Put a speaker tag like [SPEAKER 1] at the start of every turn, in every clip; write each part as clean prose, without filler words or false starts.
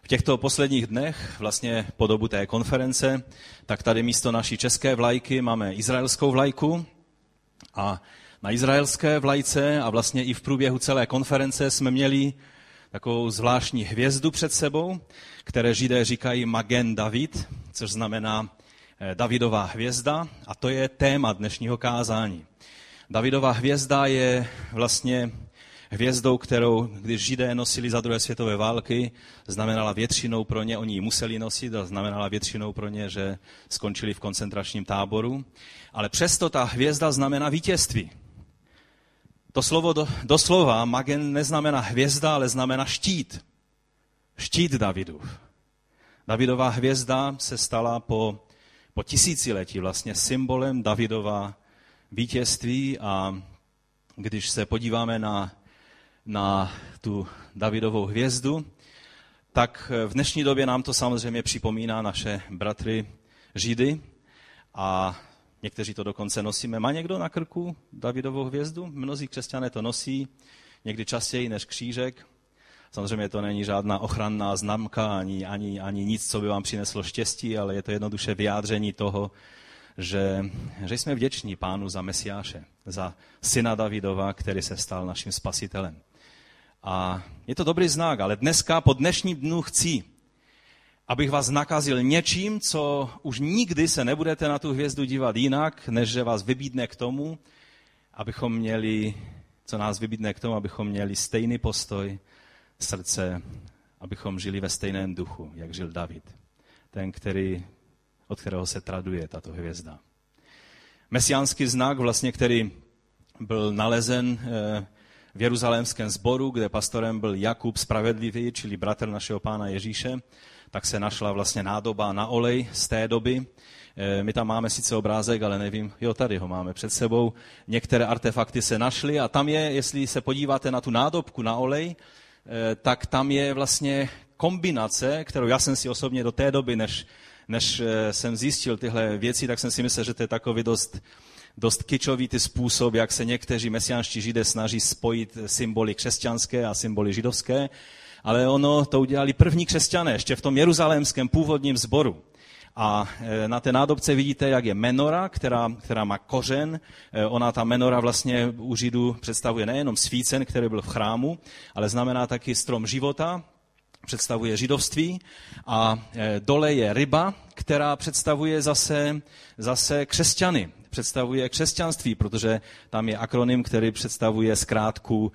[SPEAKER 1] těchto posledních dnech, vlastně po dobu té konference, tak tady místo naší české vlajky máme izraelskou vlajku a na izraelské vlajce a vlastně i v průběhu celé konference jsme měli takovou zvláštní hvězdu před sebou, které Židé říkají Magen David, což znamená Davidová hvězda, a to je téma dnešního kázání. Davidova hvězda je vlastně hvězdou, kterou, když Židé nosili za druhé světové války, znamenala většinou pro ně, oni ji museli nosit a znamenala většinou pro ně, že skončili v koncentračním táboru. Ale přesto ta hvězda znamená vítězství. To slovo doslova Magen neznamená hvězda, ale znamená štít. Štít Davidův. Davidova hvězda se stala po tisíciletí vlastně symbolem Davidova vítězství a když se podíváme na tu Davidovou hvězdu, tak v dnešní době nám to samozřejmě připomíná naše bratry Židy a někteří to dokonce nosíme. Má někdo na krku Davidovou hvězdu? Mnozí křesťané to nosí, někdy častěji než křížek. Samozřejmě to není žádná ochranná známka, ani nic, co by vám přineslo štěstí, ale je to jednoduše vyjádření toho, že jsme vděční Pánu za Mesiáše, za syna Davidova, který se stal naším spasitelem. A je to dobrý znak, ale dneska, po dnešním dnu chci, abych vás nakazil něčím, co už nikdy se nebudete na tu hvězdu dívat jinak, než že vás vybídne k tomu, abychom měli stejný postoj srdce, abychom žili ve stejném duchu, jak žil David. Ten, od kterého se traduje tato hvězda. Mesiánský znak, vlastně, který byl nalezen v jeruzalémském sboru, kde pastorem byl Jakub Spravedlivý, čili bratr našeho Pána Ježíše, tak se našla vlastně nádoba na olej z té doby. My tam máme sice obrázek, ale nevím, tady ho máme před sebou. Některé artefakty se našly a tam je, jestli se podíváte na tu nádobku na olej, tak tam je vlastně kombinace, kterou já jsem si osobně do té doby, než jsem zjistil tyhle věci, tak jsem si myslel, že to je takový dost kičový způsob, jak se někteří mesiánští Židé snaží spojit symboly křesťanské a symboly židovské, ale ono to udělali první křesťané, ještě v tom jeruzalémském původním sboru. A na té nádobce vidíte, jak je menora, která má kořen. Ona, ta menora vlastně u Židů představuje nejenom svícen, který byl v chrámu, ale znamená taky strom života, představuje židovství a dole je ryba, která představuje zase křesťany. Představuje křesťanství, protože tam je akronym, který představuje zkrátku,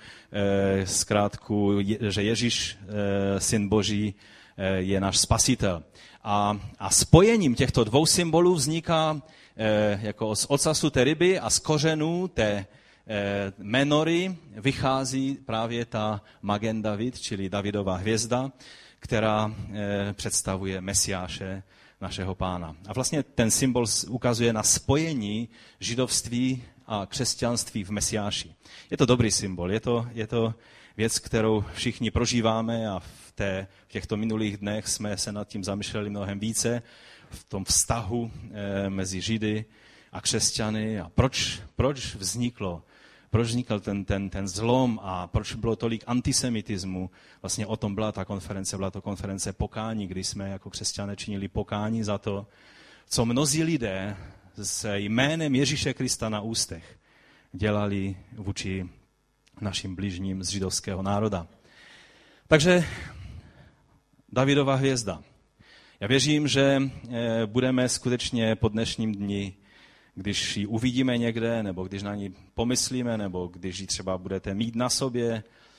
[SPEAKER 1] že Ježíš, syn Boží, je náš spasitel. A spojením těchto dvou symbolů vzniká jako z ocasu té ryby a z kořenů té menory vychází právě ta Magen David, čili Davidova hvězda, která představuje Mesiáše, našeho Pána. A vlastně ten symbol ukazuje na spojení židovství a křesťanství v Mesiáši. Je to dobrý symbol, je to věc, kterou všichni prožíváme a v těchto minulých dnech jsme se nad tím zamýšleli mnohem více, v tom vztahu mezi Židy a křesťany a proč vznikl ten zlom a proč bylo tolik antisemitismu. Vlastně o tom byla to konference pokání, kdy jsme jako křesťané činili pokání za to, co mnozí lidé s jménem Ježíše Krista na ústech dělali vůči našim bližním z židovského národa. Takže Davidova hvězda. Já věřím, že budeme skutečně po dnešním dni, když ji uvidíme někde, nebo když na ní pomyslíme, nebo když ji třeba budete mít na sobě,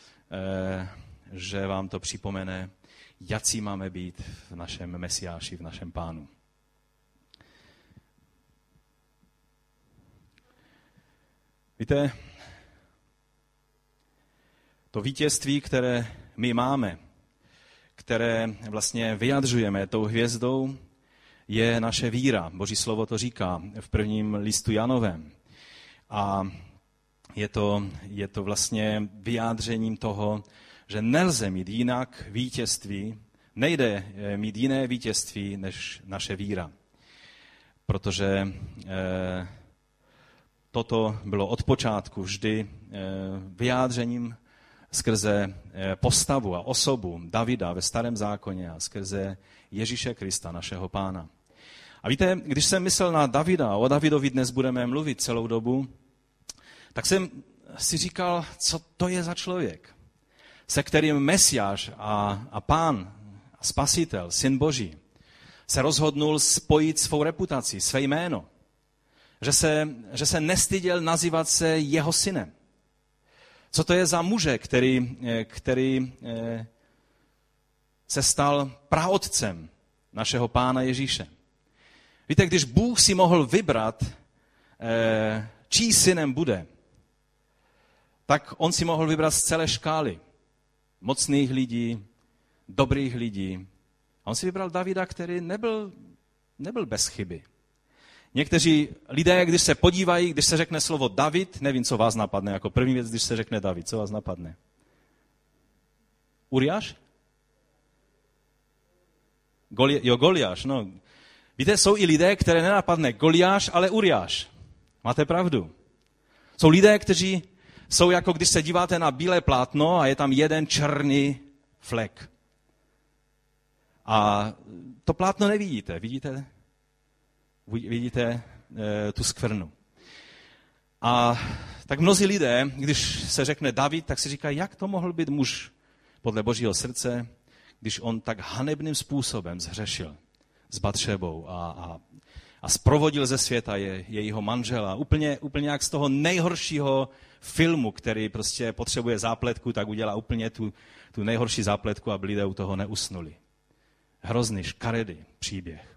[SPEAKER 1] že vám to připomene, jací máme být v našem Mesiáši, v našem Pánu. Víte, to vítězství, které my máme, které vlastně vyjadřujeme tou hvězdou, je naše víra. Boží slovo to říká v prvním listu Janovém. A je to vlastně vyjádřením toho, že nelze mít jinak vítězství, nejde mít jiné vítězství než naše víra. Protože toto bylo od počátku vždy vyjádřením skrze postavu a osobu Davida ve Starém zákoně a skrze Ježíše Krista, našeho Pána. A víte, když jsem myslel na Davida, a o Davidovi dnes budeme mluvit celou dobu, tak jsem si říkal, co to je za člověk, se kterým Mesiáš a Pán, a Spasitel, Syn Boží, se rozhodnul spojit svou reputaci, své jméno. Že se nestyděl nazývat se jeho synem. Co to je za muže, který se stal praotcem našeho Pána Ježíše. Víte, když Bůh si mohl vybrat, čí synem bude, tak on si mohl vybrat z celé škály mocných lidí, dobrých lidí. A on si vybral Davida, který nebyl bez chyby. Někteří lidé, když se podívají, když se řekne slovo David, nevím, co vás napadne jako první věc, když se řekne David, co vás napadne? Uriáš? Goliáš, no. Víte, jsou i lidé, které nenapadne Goliáš, ale Uriáš. Máte pravdu. Jsou lidé, kteří jsou jako když se díváte na bílé plátno a je tam jeden černý flek. A to plátno nevidíte, vidíte? Vidíte tu skvrnu. A tak mnozí lidé, když se řekne David, tak si říkají, jak to mohl být muž podle Božího srdce, když on tak hanebným způsobem zhřešil s Batšebou a zprovodil ze světa jejího manžela. Úplně jak z toho nejhoršího filmu, který prostě potřebuje zápletku, tak udělá úplně tu nejhorší zápletku, aby lidé u toho neusnuli. Hrozný, škaredý příběh.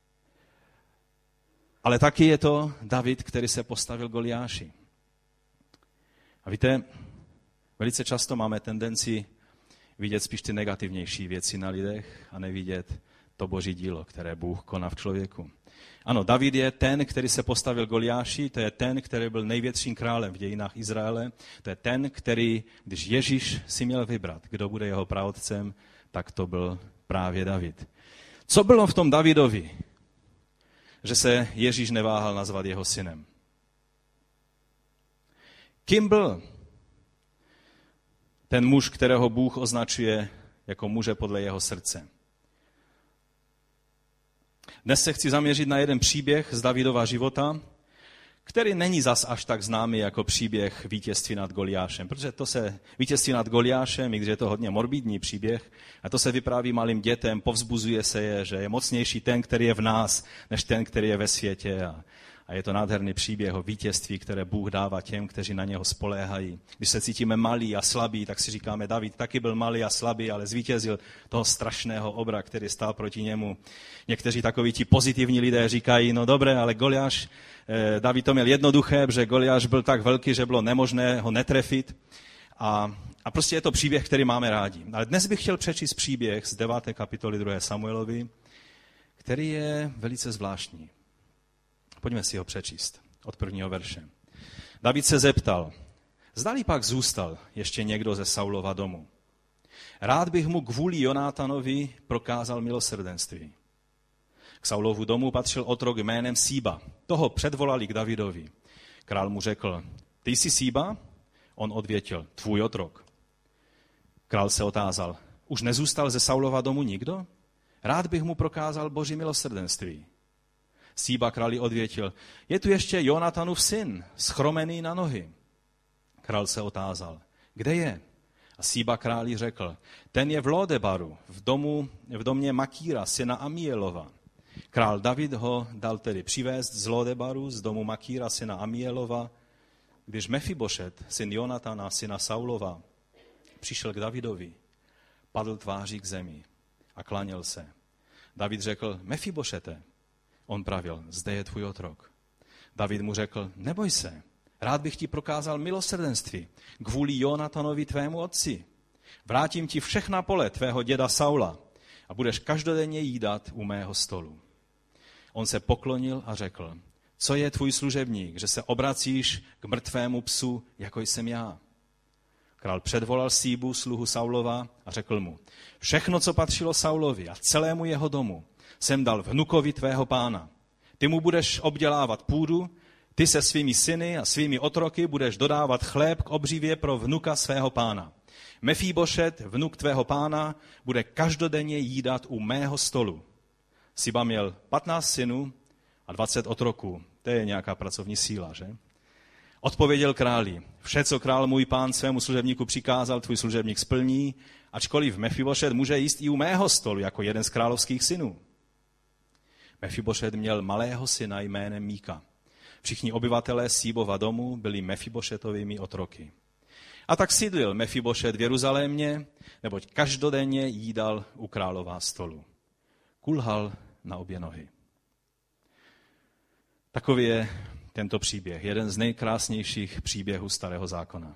[SPEAKER 1] Ale taky je to David, který se postavil Goliáši. A víte, velice často máme tendenci vidět spíš ty negativnější věci na lidech a nevidět to Boží dílo, které Bůh koná v člověku. Ano, David je ten, který se postavil Goliáši, to je ten, který byl největším králem v dějinách Izraele, to je ten, který, když Ježíš si měl vybrat, kdo bude jeho praotcem, tak to byl právě David. Co bylo v tom Davidovi, že se Ježíš neváhal nazvat jeho synem? Kým byl ten muž, kterého Bůh označuje jako muže podle jeho srdce? Dnes se chci zaměřit na jeden příběh z Davidova života, který není zas až tak známý jako příběh vítězství nad Goliášem, protože vítězství nad Goliášem, i když je to hodně morbidní příběh, a to se vypráví malým dětem, povzbuzuje se je, že je mocnější ten, který je v nás, než ten, který je ve světě. A je to nádherný příběh o vítězství, které Bůh dává těm, kteří na něho spoléhají. Když se cítíme malí a slabí, tak si říkáme, David taky byl malý a slabý, ale zvítězil toho strašného obra, který stál proti němu. Někteří takoví ti pozitivní lidé říkají, no dobré, ale Goliáš, David to měl jednoduché, protože Goliáš byl tak velký, že bylo nemožné ho netrefit. A prostě je to příběh, který máme rádi. Ale dnes bych chtěl přečíst příběh z 9. kapitoly 2. Samuelovi, který je velice zvláštní. Pojďme si ho přečíst od 1. verše. David se zeptal, zdali pak zůstal ještě někdo ze Saulova domu. Rád bych mu kvůli Jonátanovi prokázal milosrdenství. K Saulovu domu patřil otrok jménem Síba. Toho předvolali k Davidovi. Král mu řekl, ty jsi Síba? On odvětil, tvůj otrok. Král se otázal, už nezůstal ze Saulova domu nikdo? Rád bych mu prokázal Boží milosrdenství. Síba králi odvětil, je tu ještě Jonatanův syn, schromený na nohy. Král se otázal, kde je? A Síba králi řekl, ten je v Lodebaru, v domě Makíra, syna Amielova. Král David ho dal tedy přivést z Lodebaru, z domu Makíra, syna Amielova, když Mefibošet, syn Jonatana, syna Saulova, přišel k Davidovi, padl tváří k zemi a klaněl se. David řekl, Mefibošete. On pravil, zde je tvůj otrok. David mu řekl, neboj se, rád bych ti prokázal milosrdenství kvůli Jonatanovi tvému otci. Vrátím ti všechna pole tvého děda Saula a budeš každodenně jídat u mého stolu. On se poklonil a řekl, co je tvůj služebník, že se obracíš k mrtvému psu, jako jsem já. Král předvolal Síbu, sluhu Saulova, a řekl mu, všechno, co patřilo Saulovi a celému jeho domu, jsem dal vnukovi tvého pána. Ty mu budeš obdělávat půdu, ty se svými syny a svými otroky budeš dodávat chléb k obživě pro vnuka svého pána. Mefíbošet, vnuk tvého pána, bude každodenně jídat u mého stolu. Siba měl 15 synů a 20 otroků. To je nějaká pracovní síla, že? Odpověděl králi, vše, co král můj pán svému služebníku přikázal, tvůj služebník splní, ačkoliv Mefibošet může jíst i u mého stolu, jako jeden z královských synů. Mefibošet měl malého syna jménem Míka. Všichni obyvatelé Síbova domu byli Mefibošetovými otroky. A tak sídlil Mefibošet v Jeruzalémě, neboť každodenně jídal u králova stolu. Kulhal na obě nohy. Takový je tento příběh, jeden z nejkrásnějších příběhů Starého zákona.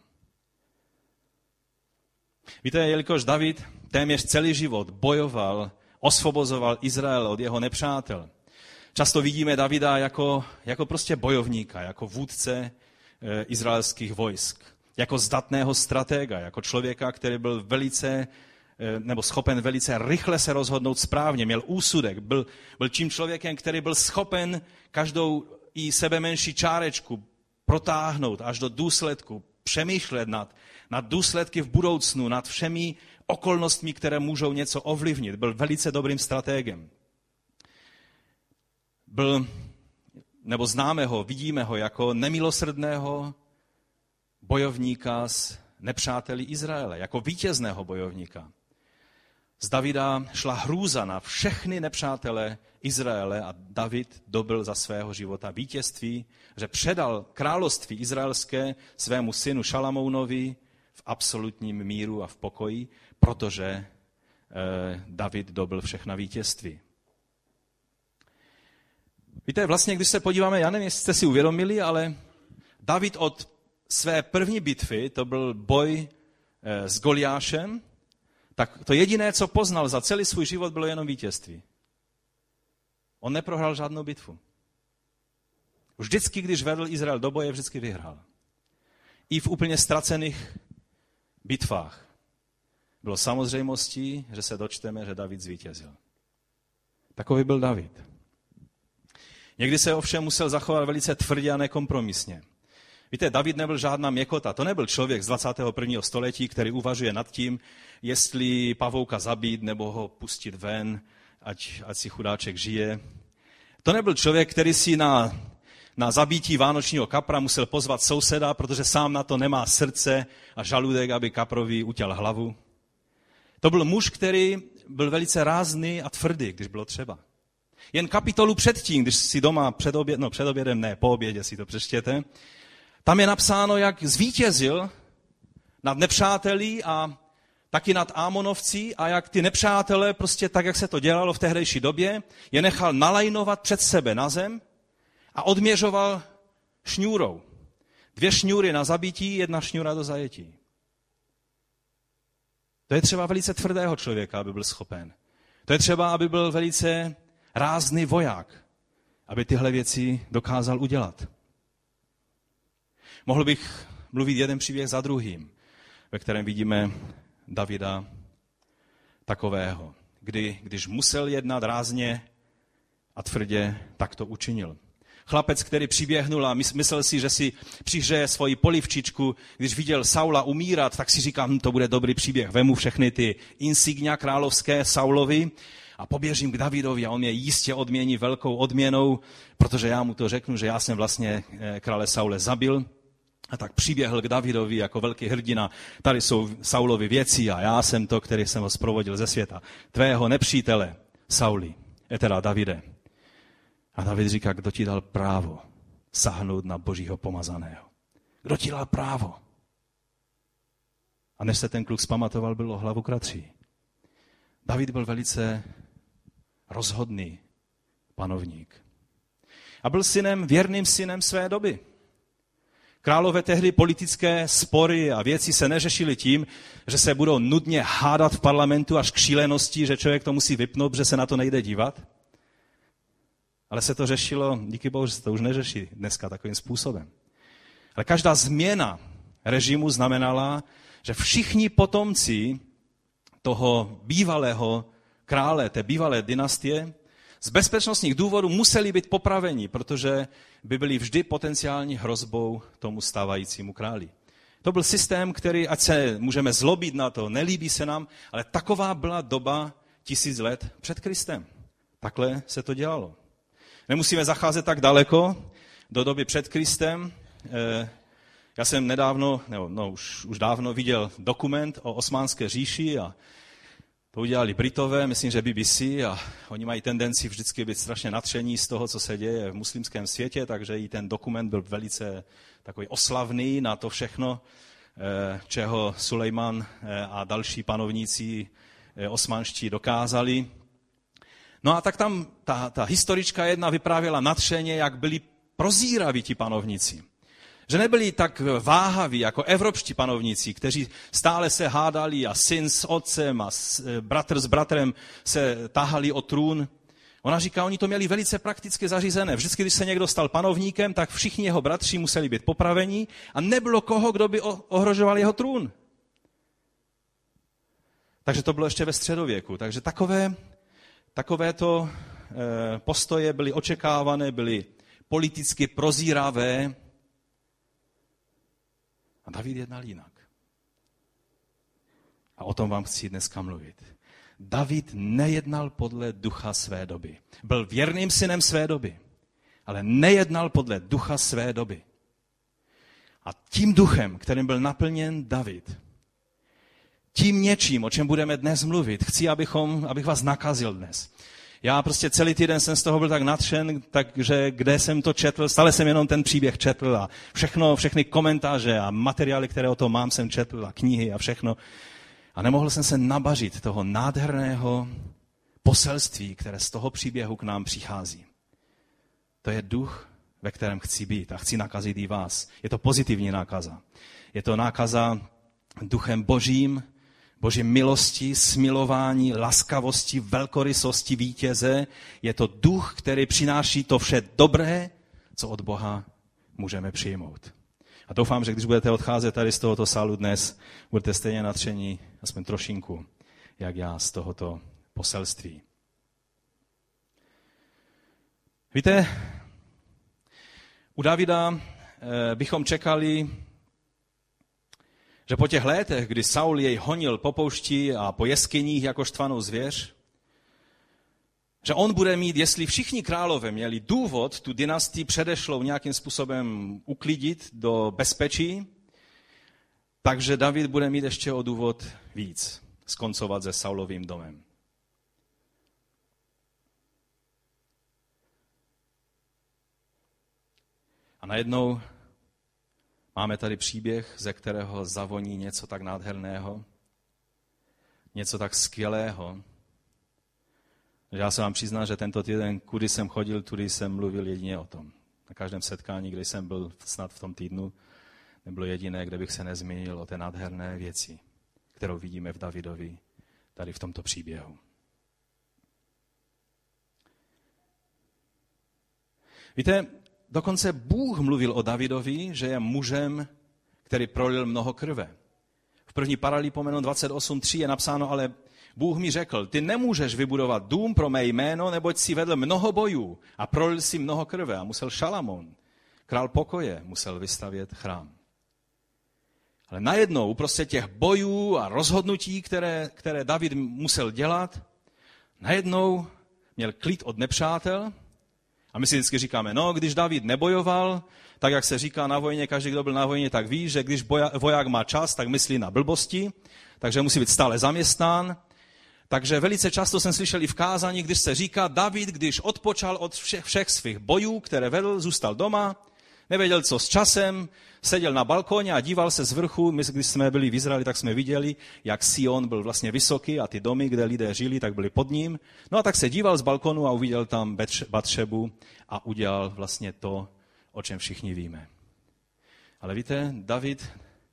[SPEAKER 1] Víte, jelikož David téměř celý život bojoval, osvobozoval Izrael od jeho nepřátel, často vidíme Davida jako prostě bojovníka, jako vůdce izraelských vojsk, jako zdatného stratega, jako člověka, který byl schopen velice rychle se rozhodnout správně, měl úsudek, byl tím člověkem, který byl schopen každou i sebe menší čárečku protáhnout až do důsledku, přemýšlet nad důsledky v budoucnu, nad všemi okolnostmi, které můžou něco ovlivnit. Byl velice dobrým stratégem. Známe ho, vidíme ho jako nemilosrdného bojovníka s nepřáteli Izraele, jako vítězného bojovníka. Z Davida šla hrůza na všechny nepřátele Izraele a David dobyl za svého života vítězství, že předal království izraelské svému synu Šalamounovi v absolutním míru a v pokoji, protože David dobyl všechna vítězství. Víte, vlastně, když se podíváme, já nevím, jestli jste si uvědomili, ale David od své první bitvy, to byl boj s Goliášem, tak to jediné, co poznal za celý svůj život, bylo jenom vítězství. On neprohrál žádnou bitvu. Vždycky, když vedl Izrael do boje, vždycky vyhrál. I v úplně ztracených bitvách bylo samozřejmostí, že se dočteme, že David zvítězil. Takový byl David. Někdy se ovšem musel zachovat velice tvrdě a nekompromisně. Víte, David nebyl žádná měkota, to nebyl člověk z 21. století, který uvažuje nad tím, jestli pavouka zabít nebo ho pustit ven, ať si chudáček žije. To nebyl člověk, který si na zabítí vánočního kapra musel pozvat souseda, protože sám na to nemá srdce a žaludek, aby kaprovi utěl hlavu. To byl muž, který byl velice rázný a tvrdý, když bylo třeba. Jen kapitolu předtím, když si doma po obědě si to přečtěte, tam je napsáno, jak zvítězil nad nepřáteli a taky nad Ámonovci a jak ty nepřátelé, prostě tak, jak se to dělalo v tehdejší době, je nechal nalajnovat před sebe na zem a odměřoval šňůrou. 2 šňůry na zabití, 1 šňůra do zajetí. To je třeba velice tvrdého člověka, aby byl schopen. To je třeba, aby byl velice rázný voják, aby tyhle věci dokázal udělat. Mohl bych mluvit jeden příběh za druhým, ve kterém vidíme Davida takového, když musel jednat rázně a tvrdě, tak to učinil. Chlapec, který přiběhnul a myslel si, že si přihřeje svoji polivčičku, když viděl Saula umírat, tak si říkám, to bude dobrý příběh. Vemu všechny ty insignia královské Saulovi a poběžím k Davidovi a on mě jistě odmění velkou odměnou, protože já mu to řeknu, že já jsem vlastně krále Saule zabil. A tak přiběhl k Davidovi jako velký hrdina. Tady jsou Saulovy věci a já jsem to, který jsem ho zprovodil ze světa. Tvého nepřítele, Sauli, teda Davide. A David říká, kdo ti dal právo sáhnout na Božího pomazaného? Kdo ti dal právo? A než se ten kluk zpamatoval, bylo hlavu kratší. David byl velice rozhodný panovník. A byl věrným synem své doby. Králové tehdy politické spory a věci se neřešily tím, že se budou nudně hádat v parlamentu až k šílenosti, že člověk to musí vypnout, že se na to nejde dívat. Ale se to řešilo, díky Bohu, že se to už neřeší dneska takovým způsobem. Ale každá změna režimu znamenala, že všichni potomci toho bývalého krále, té bývalé dynastie, z bezpečnostních důvodů museli být popraveni, protože by byli vždy potenciální hrozbou tomu stávajícímu králi. To byl systém, který, ať se můžeme zlobit na to, nelíbí se nám, ale taková byla doba 1000 let před Kristem. Takhle se to dělalo. Nemusíme zacházet tak daleko do doby před Kristem. Já jsem nedávno, už dávno viděl dokument o Osmanské říši a to udělali Britové, myslím, že BBC, a oni mají tendenci vždycky být strašně nadšení z toho, co se děje v muslimském světě, takže i ten dokument byl velice takový oslavný na to všechno, čeho Sulejman a další panovníci osmanští dokázali. No a tak tam ta historička jedna vyprávěla nadšeně, jak byli prozíraví ti panovníci. Že nebyli tak váhaví jako evropští panovníci, kteří stále se hádali a syn s otcem a bratr s bratrem se tahali o trůn. Ona říká, oni to měli velice prakticky zařízené. Vždycky, když se někdo stal panovníkem, tak všichni jeho bratři museli být popraveni a nebylo koho, kdo by ohrožoval jeho trůn. Takže to bylo ještě ve středověku. Takže takovéto postoje byly očekávané, byly politicky prozíravé. A David jednal jinak. A o tom vám chci dneska mluvit. David nejednal podle ducha své doby. Byl věrným synem své doby, ale nejednal podle ducha své doby. A tím duchem, kterým byl naplněn David, tím něčím, o čem budeme dnes mluvit, chci, abych vás nakazil dnes. Já prostě celý týden jsem z toho byl tak nadšen, takže kde jsem to četl, stále jsem jenom ten příběh četl a všechny komentáře a materiály, které o tom mám, jsem četl a knihy a všechno. A nemohl jsem se nabažit toho nádherného poselství, které z toho příběhu k nám přichází. To je duch, ve kterém chci být a chci nakazit i vás. Je to pozitivní nákaza. Je to nákaza duchem Božím, Boží milosti, smilování, laskavosti, velkorysosti vítěze. Je to duch, který přináší to vše dobré, co od Boha můžeme přijmout. A doufám, že když budete odcházet tady z tohoto sálu dnes, budete stejně nadšení, aspoň trošinku, jak já z tohoto poselství. Víte, u Davida bychom čekali, že po těch letech, kdy Saul jej honil po poušti a po jeskyních jako štvanou zvěř, že on bude mít, jestli všichni králové měli důvod tu dynastii předešlou nějakým způsobem uklidit do bezpečí, takže David bude mít ještě o důvod víc skoncovat se Saulovým domem. A najednou máme tady příběh, ze kterého zavoní něco tak nádherného, něco tak skvělého. Já se vám přiznám, že tento týden, kudy jsem chodil, tudy jsem mluvil jedině o tom. Na každém setkání, kde jsem byl snad v tom týdnu, nebylo jediné, kde bych se nezmínil o té nádherné věci, kterou vidíme v Davidovi, tady v tomto příběhu. Víte, dokonce Bůh mluvil o Davidovi, že je mužem, který prolil mnoho krve. V první Paralipomenu 28.3 je napsáno, ale Bůh mi řekl, ty nemůžeš vybudovat dům pro mé jméno, neboť si vedl mnoho bojů a prolil si mnoho krve. A musel Šalamón, král pokoje, musel vystavět chrám. Ale najednou uprostřed těch bojů a rozhodnutí, které David musel dělat, najednou měl klid od nepřátel. A my si vždycky říkáme, když David nebojoval, tak jak se říká na vojně, každý, kdo byl na vojně, tak ví, že když voják má čas, tak myslí na blbosti, takže musí být stále zaměstnán. Takže velice často jsem slyšel i v kázání, když se říká, David, když odpočal od všech svých bojů, které vedl, zůstal doma, nevěděl, co s časem, seděl na balkóně a díval se z vrchu. My, když jsme byli v Izraeli, tak jsme viděli, jak Sion byl vlastně vysoký a ty domy, kde lidé žili, tak byly pod ním. No a tak se díval z balkonu a uviděl tam Batšebu a udělal vlastně to, o čem všichni víme. Ale víte, David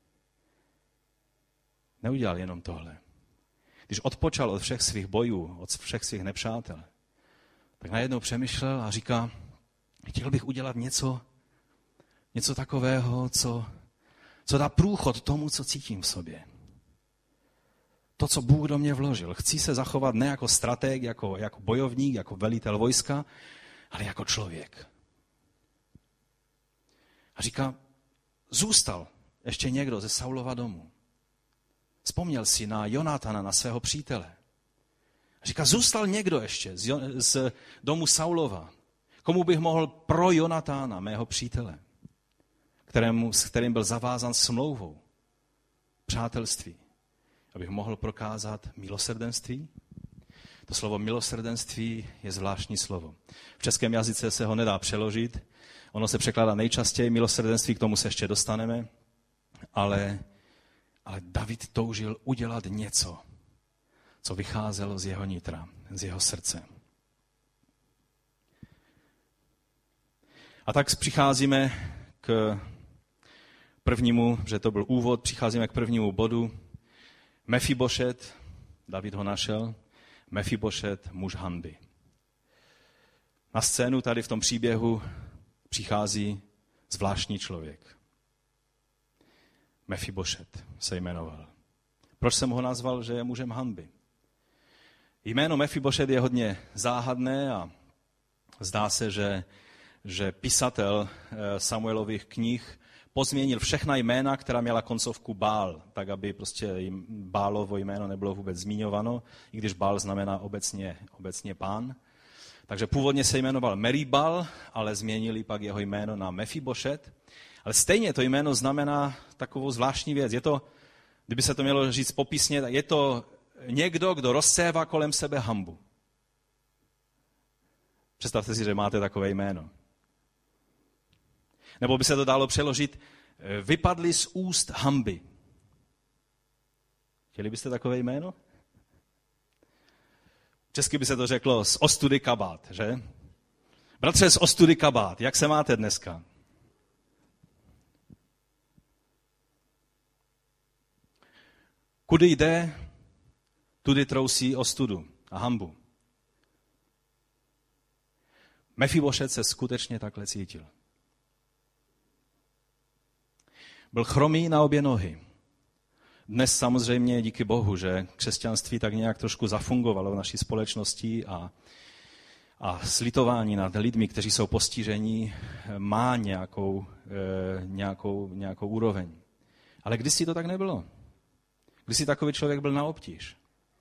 [SPEAKER 1] neudělal jenom tohle. Když odpočal od všech svých bojů, od všech svých nepřátel, tak najednou přemýšlel a říká, chtěl bych udělat něco takového, co dá průchod tomu, co cítím v sobě. To, co Bůh do mě vložil. Chci se zachovat ne jako strateg, jako bojovník, jako velitel vojska, ale jako člověk. A říká, ještě někdo ze Saulova domu. Vzpomněl si na Jonatana, na svého přítele. Říká, zůstal někdo ještě z domu Saulova, komu bych mohl pro Jonatána, mého přítele, s kterým byl zavázán smlouvou, přátelství, abych mohl prokázat milosrdenství. To slovo milosrdenství je zvláštní slovo. V českém jazyce se ho nedá přeložit, ono se překládá nejčastěji milosrdenství, k tomu se ještě dostaneme, ale David toužil udělat něco, co vycházelo z jeho nitra, z jeho srdce. A tak přicházíme k prvnímu, že to byl úvod, přicházíme k prvnímu bodu. Mefibošet, David ho našel, Mefibošet, muž hanby. Na scénu tady v tom příběhu přichází zvláštní člověk. Mefibošet se jmenoval. Proč jsem ho nazval, že je mužem hanby? Jméno Mefibošet je hodně záhadné a zdá se, že pisatel Samuelových knih pozměnil všechna jména, která měla koncovku Bál, tak aby prostě Bálovo jméno nebylo vůbec zmiňováno, i když Bál znamená obecně pán. Takže původně se jmenoval Meribal, ale změnili pak jeho jméno na Mefibošet. Ale stejně to jméno znamená takovou zvláštní věc. Je to, kdyby se to mělo říct popisně, je to někdo, kdo rozsévá kolem sebe hanbu. Představte si, že máte takové jméno. Nebo by se to dalo přeložit, vypadli z úst hanby. Chtěli byste takové jméno? Česky by se to řeklo z ostudy kabát, že? Bratře z ostudy kabát, jak se máte dneska? Kudy jde, tudy trousí ostudu a hanbu. Mefibošet se skutečně takhle cítil. Byl chromý na obě nohy. Dnes samozřejmě díky Bohu, že křesťanství tak nějak trošku zafungovalo v naší společnosti a slitování nad lidmi, kteří jsou postižení, má nějakou úroveň. Ale kdysi to tak nebylo. Kdysi takový člověk byl na obtíž.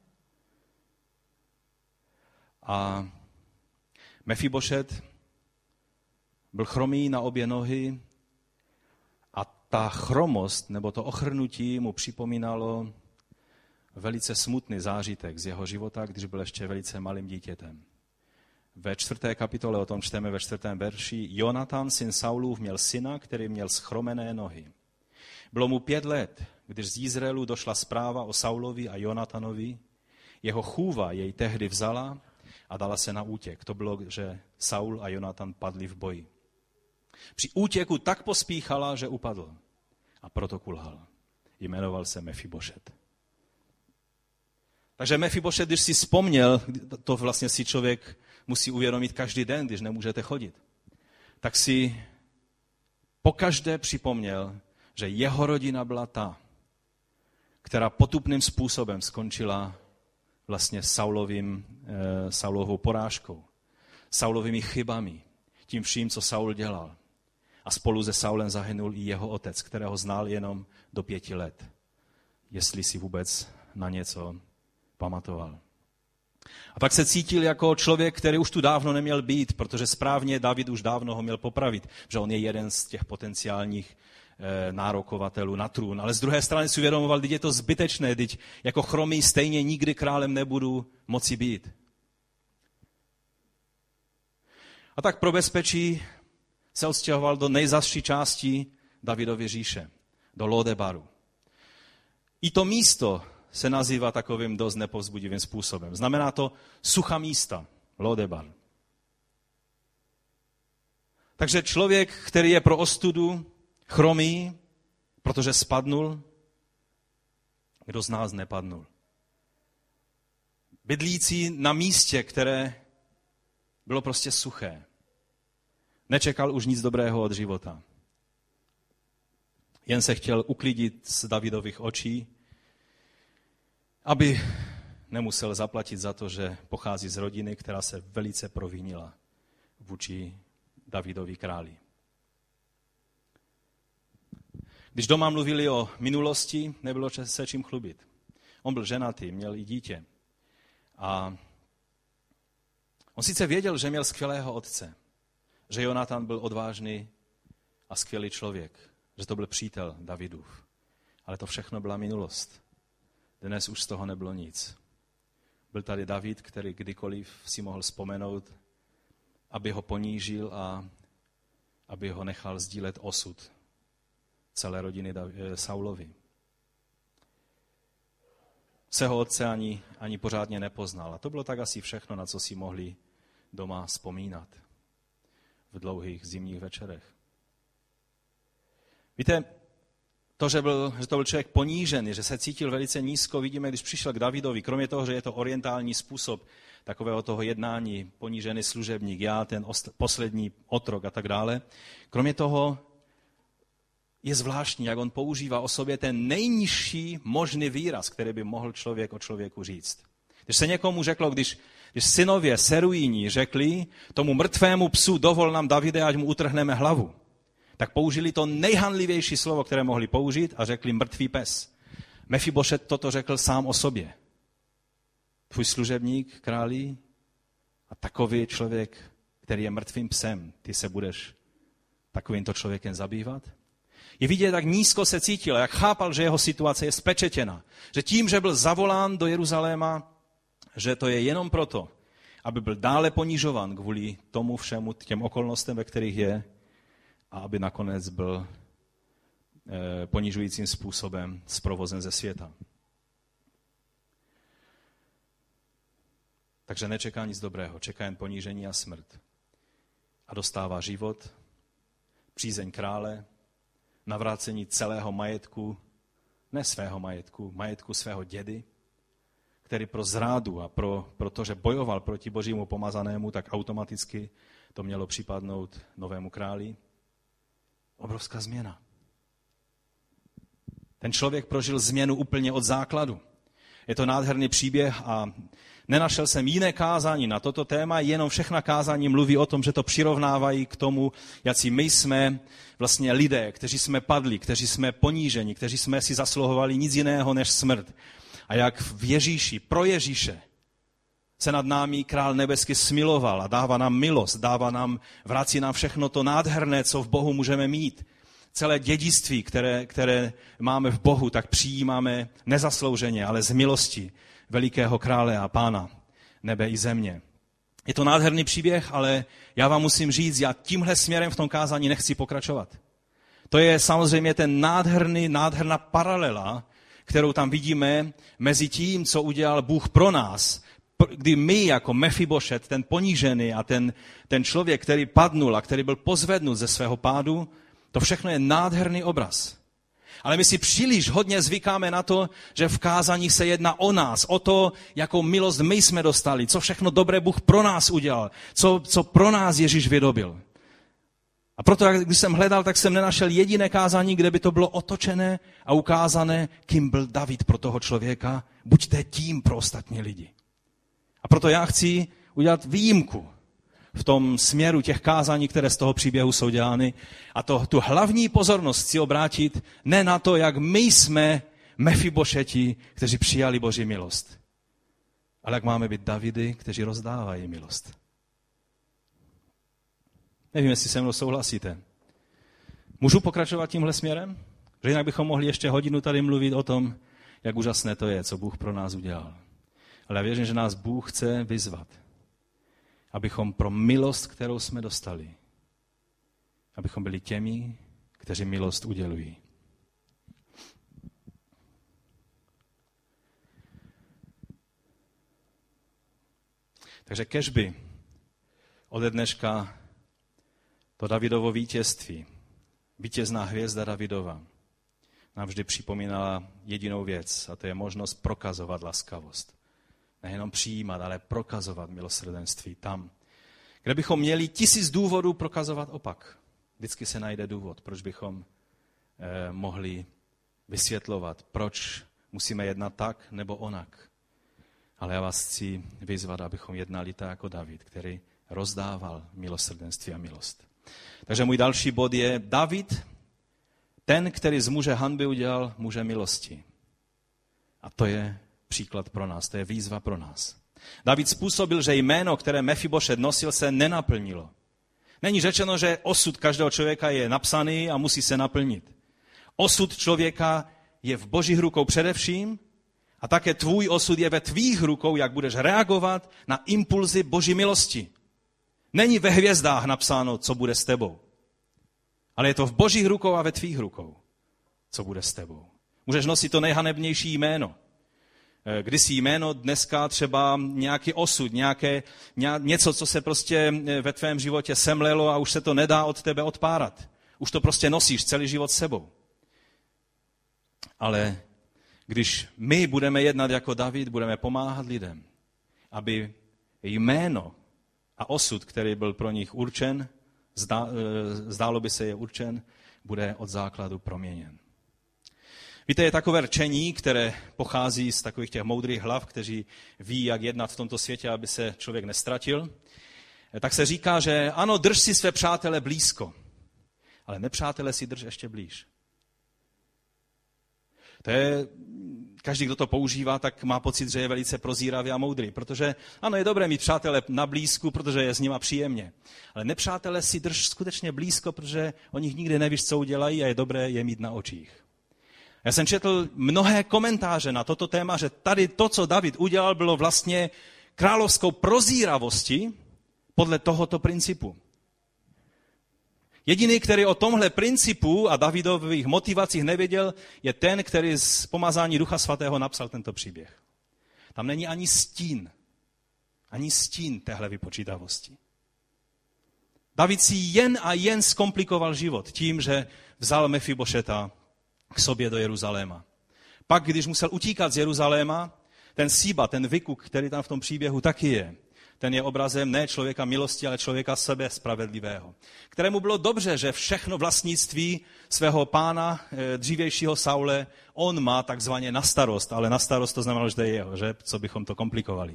[SPEAKER 1] A Mefibošet byl chromý na obě nohy a ta chromost nebo to ochrnutí mu připomínalo velice smutný zážitek z jeho života, když byl ještě velice malým dítětem. Ve 4. kapitole, o tom čteme ve 4. verši, Jonatan, syn Saulův, měl syna, který měl schromené nohy. Bylo mu 5 let, když z Izraelu došla zpráva o Saulovi a Jonatanovi. Jeho chůva jej tehdy vzala a dala se na útěk. To bylo, že Saul a Jonatan padli v boji. Při útěku tak pospíchala, že upadl a proto kulhal. Jmenoval se Mefibošet. Takže Mefibošet, když si vzpomněl, to vlastně si člověk musí uvědomit každý den, když nemůžete chodit, tak si pokaždé připomněl, že jeho rodina byla ta, která potupným způsobem skončila vlastně Saulovou porážkou, Saulovými chybami, tím vším, co Saul dělal. A spolu se Saulem zahynul i jeho otec, kterého znal jenom do 5 let, jestli si vůbec na něco pamatoval. A tak se cítil jako člověk, který už tu dávno neměl být, protože správně David už dávno ho měl popravit, že on je jeden z těch potenciálních nárokovatelů na trůn. Ale z druhé strany si uvědomoval, že je to zbytečné, že jako chromý stejně nikdy králem nebudu moci být. A tak pro bezpečí se odstěhoval do nejzazší části Davidovy říše, do Lodebaru. I to místo se nazývá takovým dost nepovzbudivým způsobem. Znamená to suchá místa, Lodebar. Takže člověk, který je pro ostudu, chromý, protože spadnul, kdo z nás nepadnul. Bydlící na místě, které bylo prostě suché. Nečekal už nic dobrého od života. Jen se chtěl uklidit z Davidových očí, aby nemusel zaplatit za to, že pochází z rodiny, která se velice provinila vůči Davidovi králi. Když doma mluvili o minulosti, nebylo se čím chlubit. On byl ženatý, měl i dítě. A on sice věděl, že měl skvělého otce, že Jonatan byl odvážný a skvělý člověk, že to byl přítel Davidův. Ale to všechno byla minulost. Dnes už z toho nebylo nic. Byl tady David, který kdykoliv si mohl vzpomenout, aby ho ponížil a aby ho nechal sdílet osud celé rodiny Saulovi. Svého otce ani pořádně nepoznal. A to bylo tak asi všechno, na co si mohli doma vzpomínat v dlouhých zimních večerech. Víte, že to byl člověk ponížený, že se cítil velice nízko, vidíme, když přišel k Davidovi, kromě toho, že je to orientální způsob takového toho jednání, ponížený služebník, já, ten poslední otrok a tak dále. Kromě toho je zvláštní, jak on používá o sobě ten nejnižší možný výraz, který by mohl člověk o člověku říct. Když se někomu řeklo, když synově Seruíni řekli tomu mrtvému psu, dovol nám, Davide, ať mu utrhneme hlavu, tak použili to nejhanlivější slovo, které mohli použít a řekli mrtvý pes. Mefibošet toto řekl sám o sobě. Tvůj služebník, králi, a takový člověk, který je mrtvým psem, ty se budeš takovýmto člověkem zabývat? Je vidět, jak nízko se cítil, jak chápal, že jeho situace je spečetěna. Že tím, že byl zavolán do Jeruzaléma, že to je jenom proto, aby byl dále ponižovan kvůli tomu všemu, těm okolnostem, ve kterých je, a aby nakonec byl ponižujícím způsobem zprovozen ze světa. Takže nečeká nic dobrého, čeká jen ponížení a smrt. A dostává život, přízeň krále, navrácení celého majetku, ne svého majetku, majetku svého dědy, který pro zrádu a pro to, že bojoval proti božímu pomazanému, tak automaticky to mělo připadnout novému králi. Obrovská změna. Ten člověk prožil změnu úplně od základu. Je to nádherný příběh a nenašel jsem jiné kázání na toto téma, jenom všechna kázání mluví o tom, že to přirovnávají k tomu, jací my jsme vlastně lidé, kteří jsme padli, kteří jsme poníženi, kteří jsme si zasluhovali nic jiného než smrt. A jak v Ježíši, pro Ježíše, se nad námi Král nebeský smiloval a dává nám milost, vrací nám všechno to nádherné, co v Bohu můžeme mít. Celé dědictví, které máme v Bohu, tak přijímáme nezaslouženě, ale z milosti velikého krále a pána nebe i země. Je to nádherný příběh, ale já vám musím říct, já tímhle směrem v tom kázání nechci pokračovat. To je samozřejmě ten nádherná paralela, kterou tam vidíme mezi tím, co udělal Bůh pro nás, kdy my jako Mefibošet, ten ponížený a ten člověk, který padnul a který byl pozvednut ze svého pádu, to všechno je nádherný obraz. Ale my si příliš hodně zvykáme na to, že v kázání se jedná o nás, o to, jakou milost my jsme dostali, co všechno dobré Bůh pro nás udělal, co pro nás Ježíš vydobil. A proto, když jsem hledal, tak jsem nenašel jediné kázání, kde by to bylo otočené a ukázané, kým byl David pro toho člověka, buďte tím pro ostatní lidi. A proto já chci udělat výjimku v tom směru těch kázání, které z toho příběhu jsou dělány, a tu hlavní pozornost si obrátit ne na to, jak my jsme Mefibošeti, kteří přijali Boží milost, ale jak máme být Davidy, kteří rozdávají milost. Nevím, jestli se mnou souhlasíte. Můžu pokračovat tímhle směrem? Že jinak bychom mohli ještě hodinu tady mluvit o tom, jak úžasné to je, co Bůh pro nás udělal. Ale já věřím, že nás Bůh chce vyzvat, abychom pro milost, kterou jsme dostali, abychom byli těmi, kteří milost udělují. Takže kežby ode dneška to Davidovo vítězství, vítězná hvězda Davidova, nám vždy připomínala jedinou věc, a to je možnost prokazovat laskavost. Nejenom přijímat, ale prokazovat milosrdenství tam, kde bychom měli 1000 důvodů prokazovat opak. Vždycky se najde důvod, proč bychom mohli vysvětlovat, proč musíme jednat tak nebo onak. Ale já vás chci vyzvat, abychom jednali tak jako David, který rozdával milosrdenství a milost. Takže můj další bod je, David Ten, který z muže hanby udělal muže milosti. A to je příklad pro nás, to je výzva pro nás. David způsobil, že jméno, které Mefibošet nosil, se nenaplnilo. Není řečeno, že osud každého člověka je napsaný a musí se naplnit. Osud člověka je v Božích rukou především a také tvůj osud je ve tvých rukou, jak budeš reagovat na impulzy Boží milosti. Není ve hvězdách napsáno, co bude s tebou. Ale je to v Božích rukou a ve tvých rukou, co bude s tebou. Můžeš nosit to nejhanebnější jméno. Kdysi jméno, dneska třeba nějaký osud, něco, co se prostě ve tvém životě semlelo a už se to nedá od tebe odpárat. Už to prostě nosíš celý život s sebou. Ale když my budeme jednat jako David, budeme pomáhat lidem, aby jméno a osud, který byl pro nich určen, zdálo by se je určen, bude od základu proměněn. Víte, je takové rčení, které pochází z takových těch moudrých hlav, kteří ví, jak jednat v tomto světě, aby se člověk nestratil. Tak se říká, že ano, drž si své přátele blízko, ale nepřátele si drž ještě blíž. To je, každý, kdo to používá, tak má pocit, že je velice prozíravý a moudrý, protože ano, je dobré mít přátele na blízku, protože je s nima příjemně. Ale nepřátele si drž skutečně blízko, protože o nich nikdy nevíš, co udělají a je dobré je mít na očích. Já jsem četl mnohé komentáře na toto téma, že tady to, co David udělal, bylo vlastně královskou prozíravostí podle tohoto principu. Jediný, který o tomhle principu a Davidových motivacích nevěděl, je ten, který z pomazání Ducha Svatého napsal tento příběh. Tam není ani stín téhle vypočítavosti. David si jen a jen zkomplikoval život tím, že vzal Mefibošeta k sobě do Jeruzaléma. Pak, když musel utíkat z Jeruzaléma, ten Síba, ten vykuk, který tam v tom příběhu taky je, ten je obrazem ne člověka milosti, ale člověka sebe spravedlivého, kterému bylo dobře, že všechno vlastnictví svého pána, dřívějšího Saule, on má takzvaně na starost, ale na starost to znamenalo, že to je jeho, že? Co bychom to komplikovali.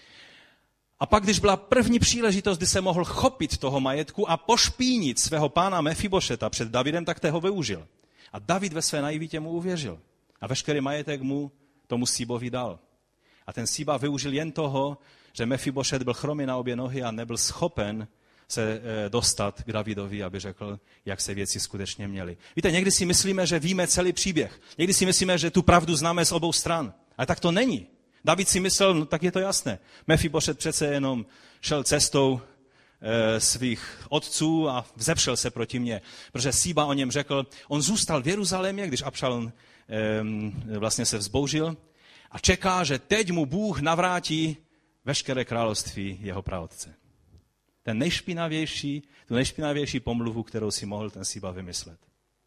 [SPEAKER 1] A pak, když byla první příležitost, kdy se mohl chopit toho majetku a pošpínit svého pána Mefibošeta před Davidem, tak toho využil. A David ve své naivitě mu uvěřil. A veškerý majetek mu tomu Síbovi dal. A ten Síba využil jen toho, že Mefibošet byl chromý na obě nohy a nebyl schopen se dostat k Davidovi, aby řekl, jak se věci skutečně měly. Víte, někdy si myslíme, že víme celý příběh. Někdy si myslíme, že tu pravdu známe z obou stran. Ale tak to není. David si myslel, no tak je to jasné. Mefibošet přece jenom šel cestou svých otců a vzepřel se proti mně. Protože Síba o něm řekl, on zůstal v Jeruzalémě, když Abšalom vlastně se vzbouřil a čeká, že teď mu Bůh navrátí veškeré království jeho praotce. Tu nejšpinavější pomluvu, kterou si mohl ten Síba vymyslet.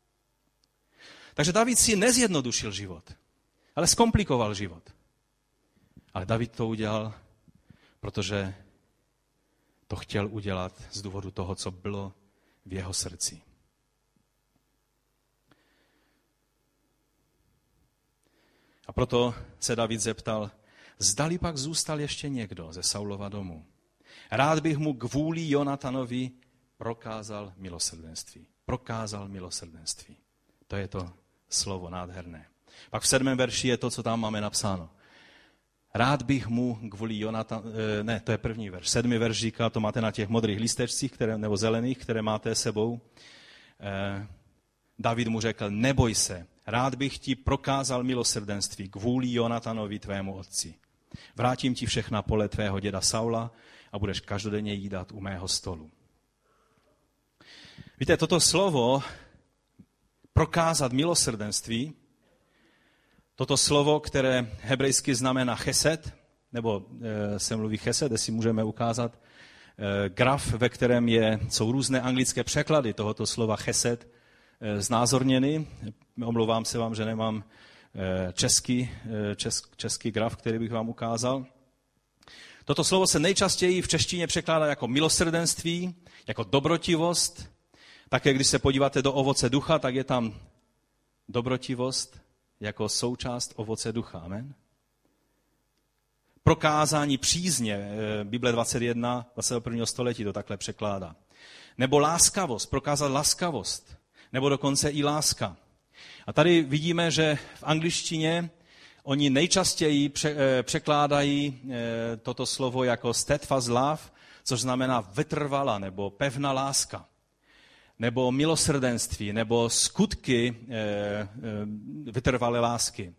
[SPEAKER 1] Takže David si nezjednodušil život, ale zkomplikoval život. Ale David to udělal, protože to chtěl udělat z důvodu toho, co bylo v jeho srdci. A proto se David zeptal, zdali pak zůstal ještě někdo ze Saulova domu. Rád bych mu kvůli Jonatanovi prokázal milosrdenství. Prokázal milosrdenství. To je to slovo nádherné. Pak v 7. verši je to, co tam máme napsáno. Rád bych mu kvůli to je 1. verš. 7. verš říká, to máte na těch modrých lístečcích, nebo zelených, které máte sebou. David mu řekl, neboj se, rád bych ti prokázal milosrdenství kvůli Jonatanovi tvému otci. Vrátím ti všechna pole tvého děda Saula a budeš každodenně jídat u mého stolu. Víte, toto slovo prokázat milosrdenství, toto slovo, které hebrejsky znamená chesed, nebo se mluví chesed, jestli můžeme ukázat, graf, ve kterém jsou různé anglické překlady tohoto slova chesed znázorněny. Omlouvám se vám, že nemám český graf, který bych vám ukázal. Toto slovo se nejčastěji v češtině překládá jako milosrdenství, jako dobrotivost. Také když se podíváte do ovoce ducha, tak je tam dobrotivost jako součást ovoce ducha. Amen. Prokázání přízně, Bible 21. století to takhle překládá. Nebo láskavost, prokázat laskavost. Nebo dokonce i láska. A tady vidíme, že v angličtině oni nejčastěji překládají toto slovo jako steadfast love, což znamená vytrvalá nebo pevná láska, nebo milosrdenství, nebo skutky vytrvalé lásky,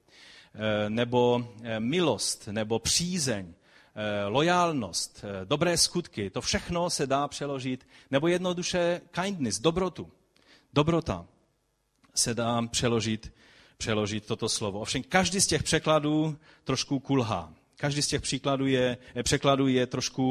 [SPEAKER 1] nebo milost, nebo přízeň, lojálnost, dobré skutky. To všechno se dá přeložit, nebo jednoduše kindness, dobrotu. Dobrota se dá přeložit toto slovo. Ovšem každý z těch překladů trošku kulhá. Každý z těch překladů je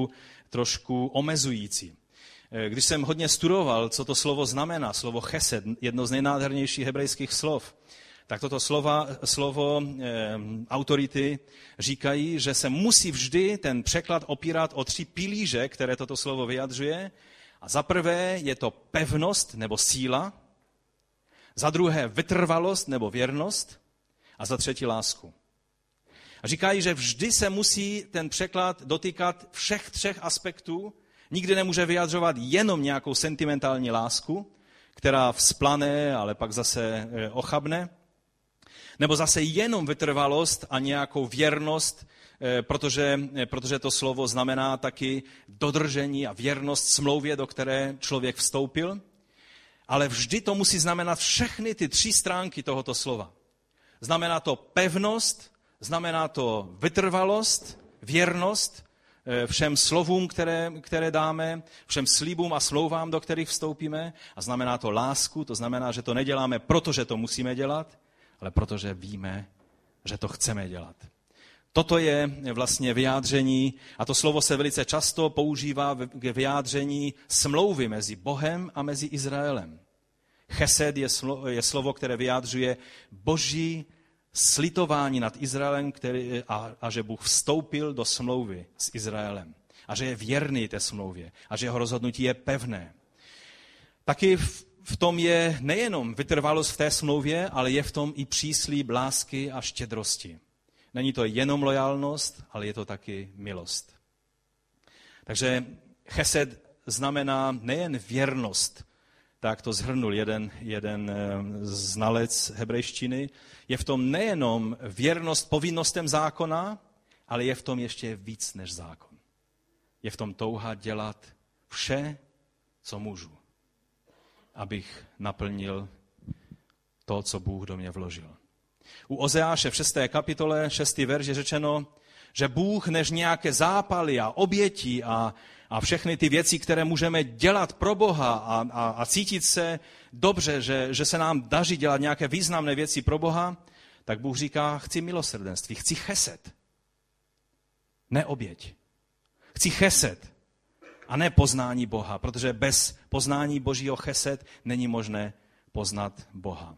[SPEAKER 1] trošku omezující. Když jsem hodně studoval, co to slovo znamená, slovo chesed, jedno z nejnádhernějších hebrejských slov, tak toto slovo autority říkají, že se musí vždy ten překlad opírat o 3 pilíře, které toto slovo vyjadřuje. A za prvé je to pevnost nebo síla, za druhé vytrvalost nebo věrnost a za třetí lásku. A říkají, že vždy se musí ten překlad dotýkat všech 3 aspektů, nikdy nemůže vyjadřovat jenom nějakou sentimentální lásku, která vzplane, ale pak zase ochabne, nebo zase jenom vytrvalost a nějakou věrnost, protože to slovo znamená taky dodržení a věrnost smlouvě, do které člověk vstoupil. Ale vždy to musí znamenat všechny ty 3 stránky tohoto slova. Znamená to pevnost, znamená to vytrvalost, věrnost všem slovům, které dáme, všem slibům a smlouvám, do kterých vstoupíme. A znamená to lásku, to znamená, že to neděláme, protože to musíme dělat, ale protože víme, že to chceme dělat. Toto je vlastně vyjádření, a to slovo se velice často používá k vyjádření smlouvy mezi Bohem a mezi Izraelem. Chesed je slovo, které vyjádřuje boží slitování nad Izraelem a že Bůh vstoupil do smlouvy s Izraelem. A že je věrný té smlouvě. A že jeho rozhodnutí je pevné. Taky v tom je nejenom vytrvalost v té smlouvě, ale je v tom i příslib lásky a štědrosti. Není to jenom lojálnost, ale je to taky milost. Takže chesed znamená nejen věrnost, tak to shrnul jeden znalec hebrejštiny, je v tom nejenom věrnost povinnostem zákona, ale je v tom ještě víc než zákon. Je v tom touha dělat vše, co můžu, abych naplnil to, co Bůh do mě vložil. U Ozeáše v 6. kapitole, 6. verš je řečeno, že Bůh než nějaké zápaly a oběti a všechny ty věci, které můžeme dělat pro Boha a cítit se dobře, že se nám daří dělat nějaké významné věci pro Boha, tak Bůh říká, chci milosrdenství, chci chesed, ne oběť. Chci chesed a ne poznání Boha, protože bez poznání Božího chesed není možné poznat Boha.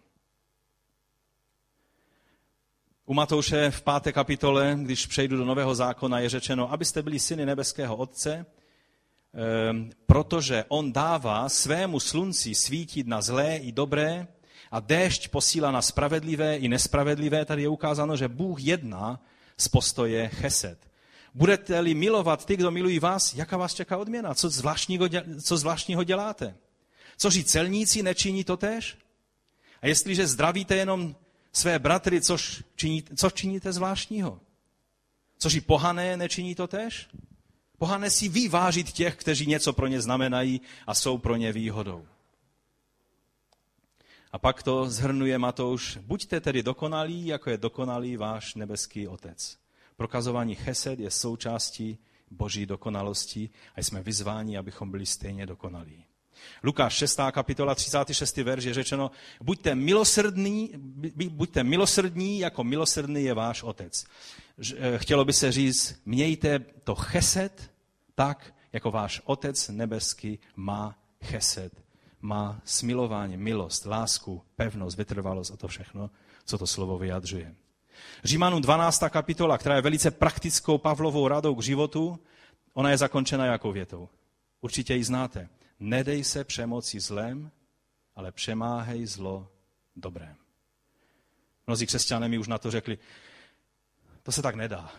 [SPEAKER 1] U Matouše v 5. kapitole, když přejdu do Nového zákona, je řečeno, abyste byli syny nebeského Otce, protože on dává svému slunci svítit na zlé i dobré a déšť posílá na spravedlivé i nespravedlivé. Tady je ukázáno, že Bůh jedná z postoje chesed. Budete-li milovat ty, kdo milují vás, jaká vás čeká odměna? Co zvláštního děláte? Což i celníci nečiní to též? A jestliže zdravíte jenom své bratry, co činíte zvláštního? Což i pohané nečiní to též? Pohané si ví vážit těch, kteří něco pro ně znamenají a jsou pro ně výhodou. A pak to shrnuje Matouš, buďte tedy dokonalí, jako je dokonalý váš nebeský Otec. Prokazování chesed je součástí Boží dokonalosti a jsme vyzváni, abychom byli stejně dokonalí. Lukáš 6. kapitola 36. verš je řečeno, buďte milosrdní, jako milosrdný je váš Otec. Chtělo by se říct, mějte to chesed tak, jako váš Otec nebeský má chesed. Má smilování, milost, lásku, pevnost, vytrvalost a to všechno, co to slovo vyjadřuje. Římanům 12. kapitola, která je velice praktickou Pavlovou radou k životu, ona je zakončena jakou větou? Určitě ji znáte. Nedej se přemoci zlem, ale přemáhej zlo dobrém. Mnozí křesťané mi už na to řekli, to se tak nedá.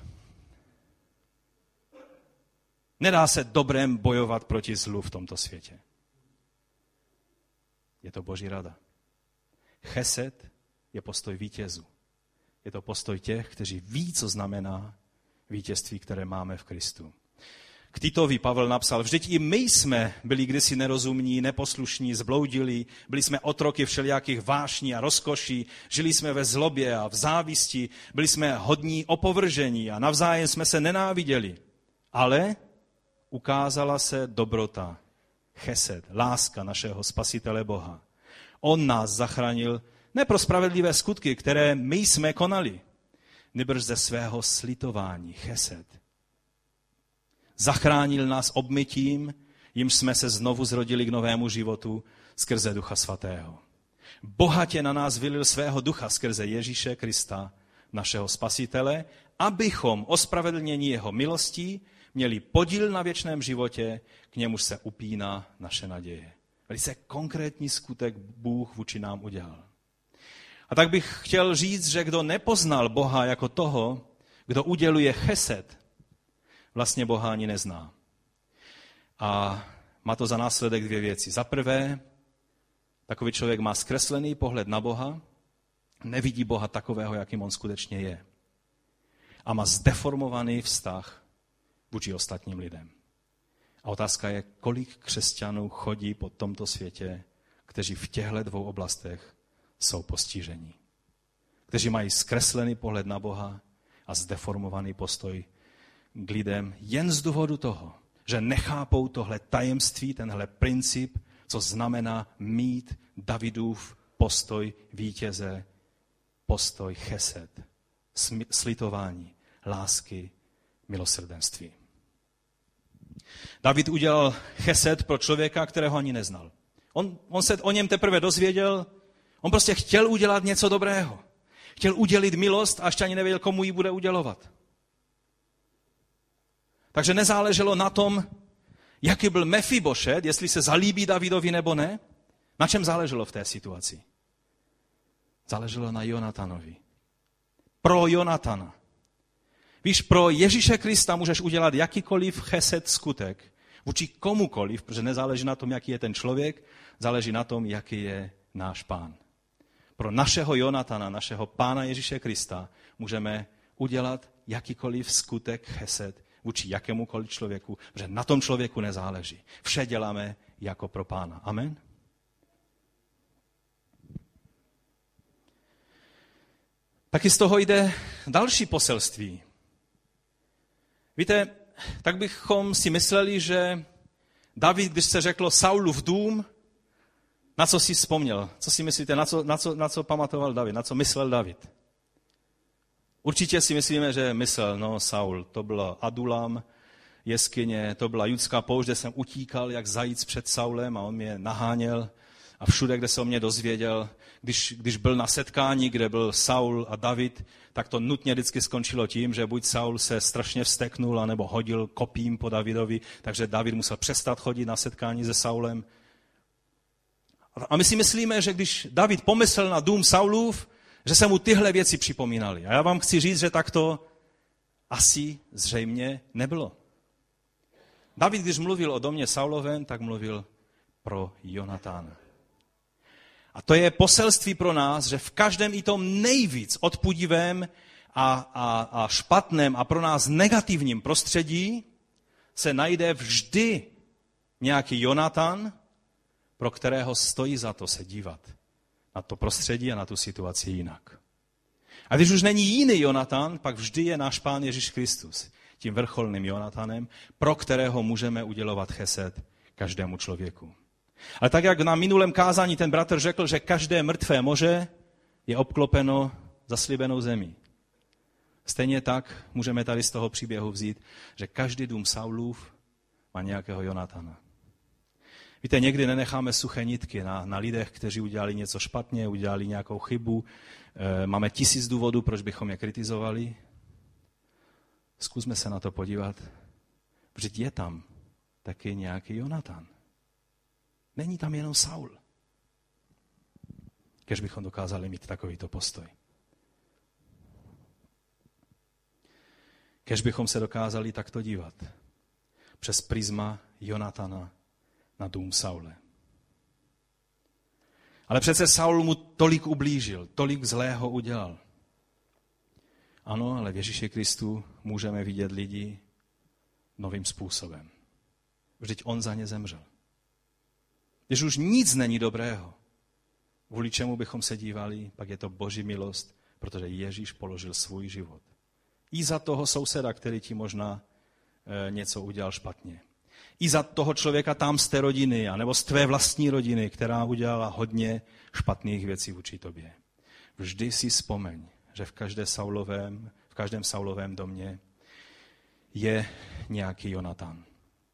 [SPEAKER 1] Nedá se dobrém bojovat proti zlu v tomto světě. Je to Boží rada. Chesed je postoj vítězů. Je to postoj těch, kteří ví, co znamená vítězství, které máme v Kristu. K Titovi Pavel napsal, vždyť i my jsme byli kdysi nerozumní, neposlušní, zbloudili, byli jsme otroky všelijakých vášní a rozkoší, žili jsme ve zlobě a v závisti, byli jsme hodní opovržení a navzájem jsme se nenáviděli. Ale ukázala se dobrota, chesed, láska našeho Spasitele Boha. On nás zachránil ne pro spravedlivé skutky, které my jsme konali, nýbrž ze svého slitování, chesed. Zachránil nás obmytím, jimž jsme se znovu zrodili k novému životu skrze Ducha Svatého. Bohatě na nás vylil svého ducha skrze Ježíše Krista, našeho Spasitele, abychom ospravedlnění jeho milostí měli podíl na věčném životě, k němuž se upíná naše naděje. Velice konkrétní skutek Bůh vůči nám udělal. A tak bych chtěl říct, že kdo nepoznal Boha jako toho, kdo uděluje chesed, vlastně Boha ani nezná. A má to za následek dvě věci. Za prvé, takový člověk má zkreslený pohled na Boha, nevidí Boha takového, jakým on skutečně je. A má zdeformovaný vztah vůči ostatním lidem. A otázka je, kolik křesťanů chodí po tomto světě, kteří v těchto dvou oblastech jsou postižení. Kteří mají zkreslený pohled na Boha a zdeformovaný postoj k lidem jen z důvodu toho, že nechápou tohle tajemství, tenhle princip, co znamená mít Davidův postoj vítěze, postoj chesed, slitování, lásky, milosrdenství. David udělal chesed pro člověka, kterého ani neznal. On se o něm teprve dozvěděl, on prostě chtěl udělat něco dobrého. Chtěl udělit milost a ještě ani nevěděl, komu ji bude udělovat. Takže nezáleželo na tom, jaký byl Mefibošet, jestli se zalíbí Davidovi nebo ne. Na čem záleželo v té situaci? Záleželo na Jonatanovi. Pro Jonatana. Víš, pro Ježíše Krista můžeš udělat jakýkoliv chesed skutek vůči komukoliv, protože nezáleží na tom, jaký je ten člověk, záleží na tom, jaký je náš Pán. Pro našeho Jonatana, našeho Pána Ježíše Krista, můžeme udělat jakýkoliv skutek chesed vůči jakémukoliv člověku, protože na tom člověku nezáleží. Vše děláme jako pro Pána. Amen? Taky z toho jde další poselství. Víte, tak bychom si mysleli, že David, když se řeklo Saulův dům, na co si vzpomněl? Co si myslíte, na co pamatoval David? Na co myslel David? Určitě si myslíme, že myslel, Saul, to byla Adulam, jeskyně, to byla judská poušť, kde jsem utíkal jak zajíc před Saulem a on mě naháněl a všude, kde se o mě dozvěděl, když byl na setkání, kde byl Saul a David, tak to nutně vždycky skončilo tím, že buď Saul se strašně vzteknul, anebo hodil kopím po Davidovi, takže David musel přestat chodit na setkání se Saulem. A my si myslíme, že když David pomyslel na dům Saulův, že se mu tyhle věci připomínaly. A já vám chci říct, že tak to asi zřejmě nebylo. David, když mluvil o domě Saulovém, tak mluvil pro Jonatána. A to je poselství pro nás, že v každém i tom nejvíc odpudivém a špatném a pro nás negativním prostředí se najde vždy nějaký Jonatan, pro kterého stojí za to se dívat na to prostředí a na tu situaci jinak. A když už není jiný Jonatan, pak vždy je náš Pán Ježíš Kristus tím vrcholným Jonatanem, pro kterého můžeme udělovat chesed každému člověku. Ale tak, jak na minulém kázání ten bratr řekl, že každé mrtvé moře je obklopeno zaslíbenou zemí. Stejně tak můžeme tady z toho příběhu vzít, že každý dům Saulův má nějakého Jonatana. Víte, někdy nenecháme suché nitky na lidech, kteří udělali něco špatně, udělali nějakou chybu. Máme 1000 důvodů, proč bychom je kritizovali. Zkusme se na to podívat. Vždyť je tam taky nějaký Jonatan. Není tam jenom Saul. Kež bychom dokázali mít takovýto postoj. Kež bychom se dokázali takto dívat. Přes prisma Jonatana na dům Saule. Ale přece Saul mu tolik ublížil, tolik zlého udělal. Ano, ale v Ježíši Kristu můžeme vidět lidi novým způsobem. Vždyť on za ně zemřel. Když už nic není dobrého, kvůli čemu bychom se dívali, pak je to Boží milost, protože Ježíš položil svůj život. I za toho souseda, který ti možná něco udělal špatně. I za toho člověka tam z té rodiny, anebo z tvé vlastní rodiny, která udělala hodně špatných věcí vůči tobě. Vždy si vzpomeň, že v každém Saulovém domě je nějaký Jonatan.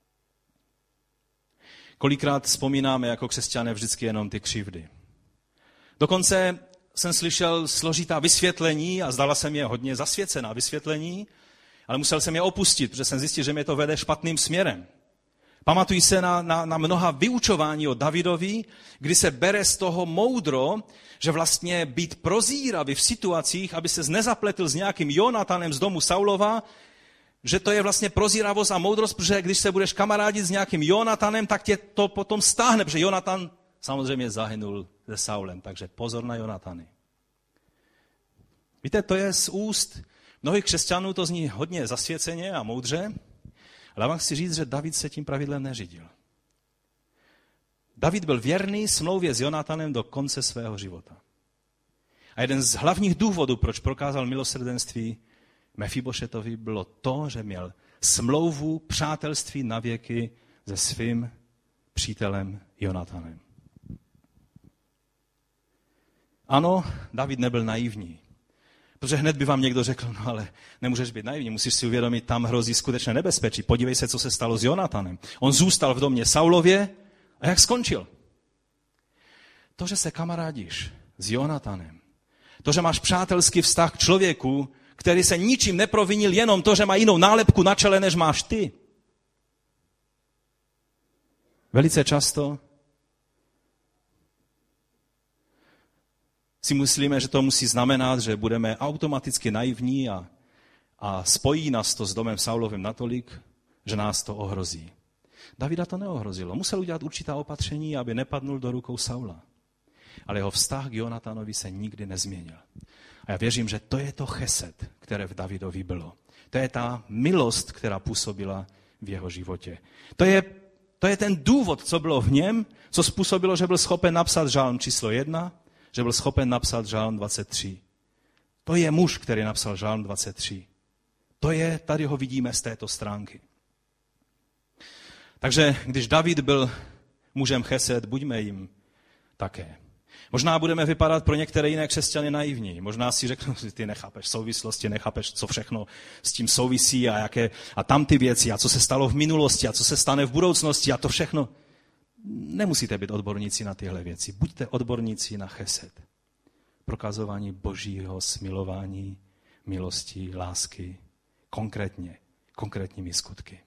[SPEAKER 1] Kolikrát vzpomínáme jako křesťané vždycky jenom ty křivdy. Dokonce jsem slyšel složitá vysvětlení a zdala se mi hodně zasvěcená vysvětlení, ale musel jsem je opustit, protože jsem zjistil, že mě to vede špatným směrem. Pamatuji se na mnoha vyučování o Davidovi, kdy se bere z toho moudro, že vlastně být prozíravý v situacích, aby se nezapletl s nějakým Jonatanem z domu Saulova, že to je vlastně prozíravost a moudrost, protože když se budeš kamarádit s nějakým Jonatanem, tak tě to potom stáhne, protože Jonatan samozřejmě zahynul se Saulem, takže pozor na Jonatany. Víte, to je z úst mnohých křesťanů, to zní hodně zasvěceně a moudře, ale já vám chci říct, že David se tím pravidlem neřídil. David byl věrný smlouvě s Jonatanem do konce svého života. A jeden z hlavních důvodů, proč prokázal milosrdenství Mefibošetovi, bylo to, že měl smlouvu přátelství na věky se svým přítelem Jonatanem. Ano, David nebyl naivní. Protože hned by vám někdo řekl, no ale nemůžeš být naivní, musíš si uvědomit, tam hrozí skutečné nebezpečí. Podívej se, co se stalo s Jonatanem. On zůstal v domě Saulově a jak skončil? To, že se kamarádíš s Jonatanem, to, že máš přátelský vztah k člověku, který se ničím neprovinil, jenom to, že má jinou nálepku na čele, než máš ty. Velice často si myslíme, že to musí znamenat, že budeme automaticky naivní a spojí nás to s domem Saulovým natolik, že nás to ohrozí. Davida to neohrozilo. Musel udělat určitá opatření, aby nepadnul do rukou Saula. Ale jeho vztah k Jonatanovi se nikdy nezměnil. A já věřím, že to je to chesed, které v Davidovi bylo. To je ta milost, která působila v jeho životě. To je ten důvod, co bylo v něm, co způsobilo, že byl schopen napsat žálm číslo 1, že byl schopen napsat žálm 23. To je muž, který napsal žálm 23. Tady ho vidíme z této stránky. Takže když David byl mužem chesed, buďme jim také. Možná budeme vypadat pro některé jiné křesťany naivní. Možná si řeknou, že ty nechápeš souvislosti, nechápeš, co všechno s tím souvisí a tam ty věci a co se stalo v minulosti a co se stane v budoucnosti a to všechno. Nemusíte být odborníci na tyhle věci. Buďte odborníci na chesed. Prokazování božího smilování, milosti, lásky, konkrétními skutky.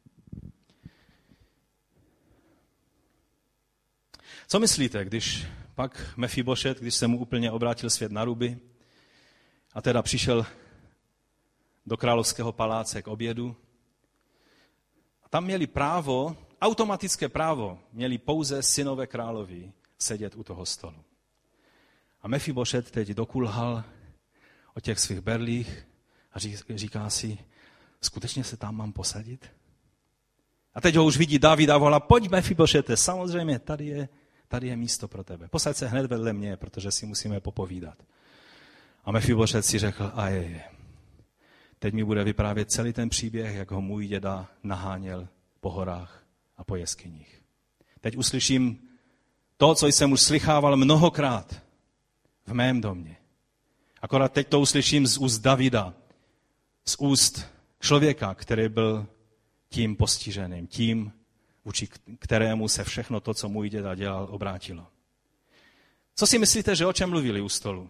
[SPEAKER 1] Co myslíte, když pak Mefibošet, když se mu úplně obrátil svět na ruby a teda přišel do královského paláce k obědu a tam měli právo, automatické právo, měli pouze synové královi sedět u toho stolu. A Mefibošet teď dokulhal o těch svých berlích a říká si, skutečně se tam mám posadit? A teď ho už vidí David a volá, pojď Mefibošete, samozřejmě, tady je místo pro tebe. Posaď se hned vedle mě, protože si musíme popovídat. A Mefibošet si řekl, teď mi bude vyprávět celý ten příběh, jak ho můj děda naháněl po horách a po jeskyních. Teď uslyším to, co jsem už slychával mnohokrát v mém domě. Akorát teď to uslyším z úst Davida, z úst člověka, který byl tím postiženým, tím, vůči kterému se všechno to, co můj děda dělal, obrátilo. Co si myslíte, že o čem mluvili u stolu?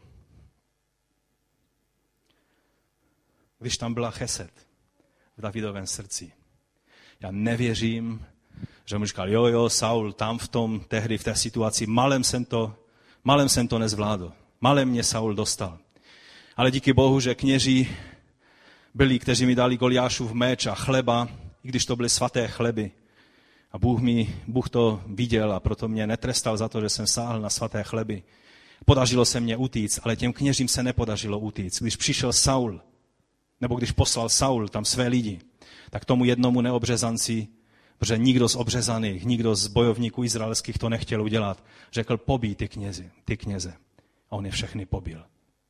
[SPEAKER 1] Když tam byla chesed v Davidovém srdci. Já nevěřím, že mu říkal, jo, Saul, tam tehdy v té situaci, malem jsem to nezvládl. Malem mě Saul dostal. Ale díky Bohu, že kněží byli, kteří mi dali Goliášův meč a chleba, i když to byly svaté chleby. A Bůh to viděl a proto mě netrestal za to, že jsem sáhl na svaté chleby. Podařilo se mě utíct, ale těm kněžím se nepodařilo utíct. Když přišel Saul, nebo když poslal Saul tam své lidi, tak tomu jednomu neobřezanci, protože nikdo z obřezaných, nikdo z bojovníků izraelských to nechtěl udělat, řekl, pobij ty kněze. A on je všechny pobil.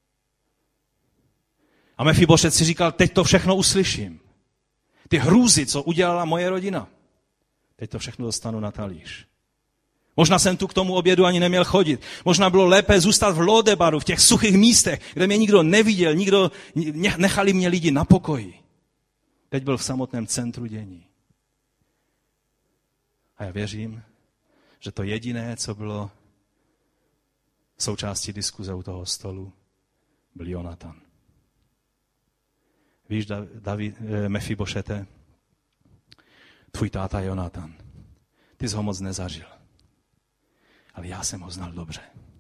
[SPEAKER 1] A Mefibošet si říkal, teď to všechno uslyším. Ty hrůzy, co udělala moje rodina. Teď to všechno dostanu na talíř. Možná jsem tu k tomu obědu ani neměl chodit. Možná bylo lépe zůstat v Lodebaru, v těch suchých místech, kde mě nikdo neviděl, nechali mě lidi na pokoji. Teď byl v samotném centru dění. A já věřím, že to jediné, co bylo součástí diskuze u toho stolu, byl Jonatan. Víš, Mefibošete, tvůj táta Jonatan, ty jsi ho moc nezažil. Ale já jsem ho znal dobře.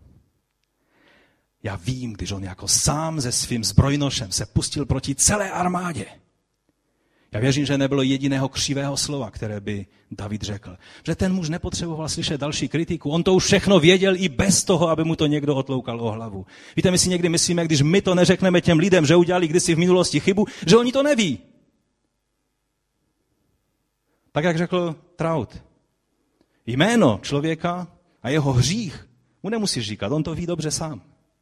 [SPEAKER 1] Já vím, když on jako sám se svým zbrojnošem se pustil proti celé armádě. Já věřím, že nebylo jediného křivého slova, které by David řekl. Že ten muž nepotřeboval slyšet další kritiku. On to už všechno věděl i bez toho, aby mu to někdo otloukal o hlavu. Víte, my si někdy myslíme, když my to neřekneme těm lidem, že udělali kdysi v minulosti chybu, že oni to neví. Tak jak řekl Traut. Jméno člověka a jeho hřích mu nemusíš říkat, on to ví dobře sám.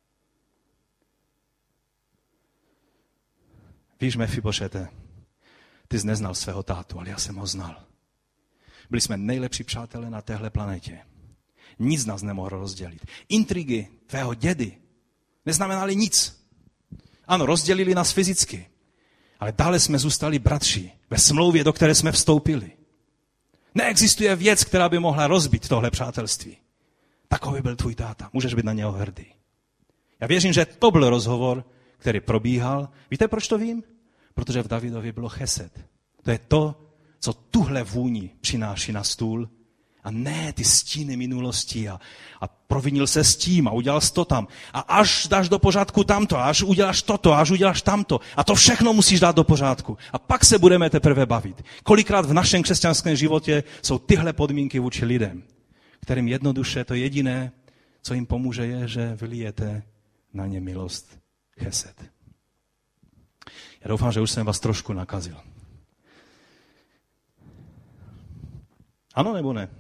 [SPEAKER 1] Víš, Mefibošete, ty jsi neznal svého tátu, ale já jsem ho znal. Byli jsme nejlepší přátelé na téhle planetě. Nic nás nemohlo rozdělit. Intrigy tvého dědy neznamenaly nic. Ano, rozdělili nás fyzicky, ale dále jsme zůstali bratři ve smlouvě, do které jsme vstoupili. Neexistuje věc, která by mohla rozbít tohle přátelství. Takový byl tvůj táta. Můžeš být na něho hrdý. Já věřím, že to byl rozhovor, který probíhal. Víte, proč to vím? Protože v Davidovi bylo chesed. To je to, co tuhle vůni přináší na stůl. A ne ty stíny minulosti a provinil se s tím a udělal jsi to tam. A až dáš do pořádku tamto, až uděláš toto, až uděláš tamto. A to všechno musíš dát do pořádku. A pak se budeme teprve bavit. Kolikrát v našem křesťanském životě jsou tyhle podmínky vůči lidem, kterým jednoduše to jediné, co jim pomůže, je, že vylijete na ně milost, chesed. Já doufám, že už jsem vás trošku nakazil. Ano nebo ne?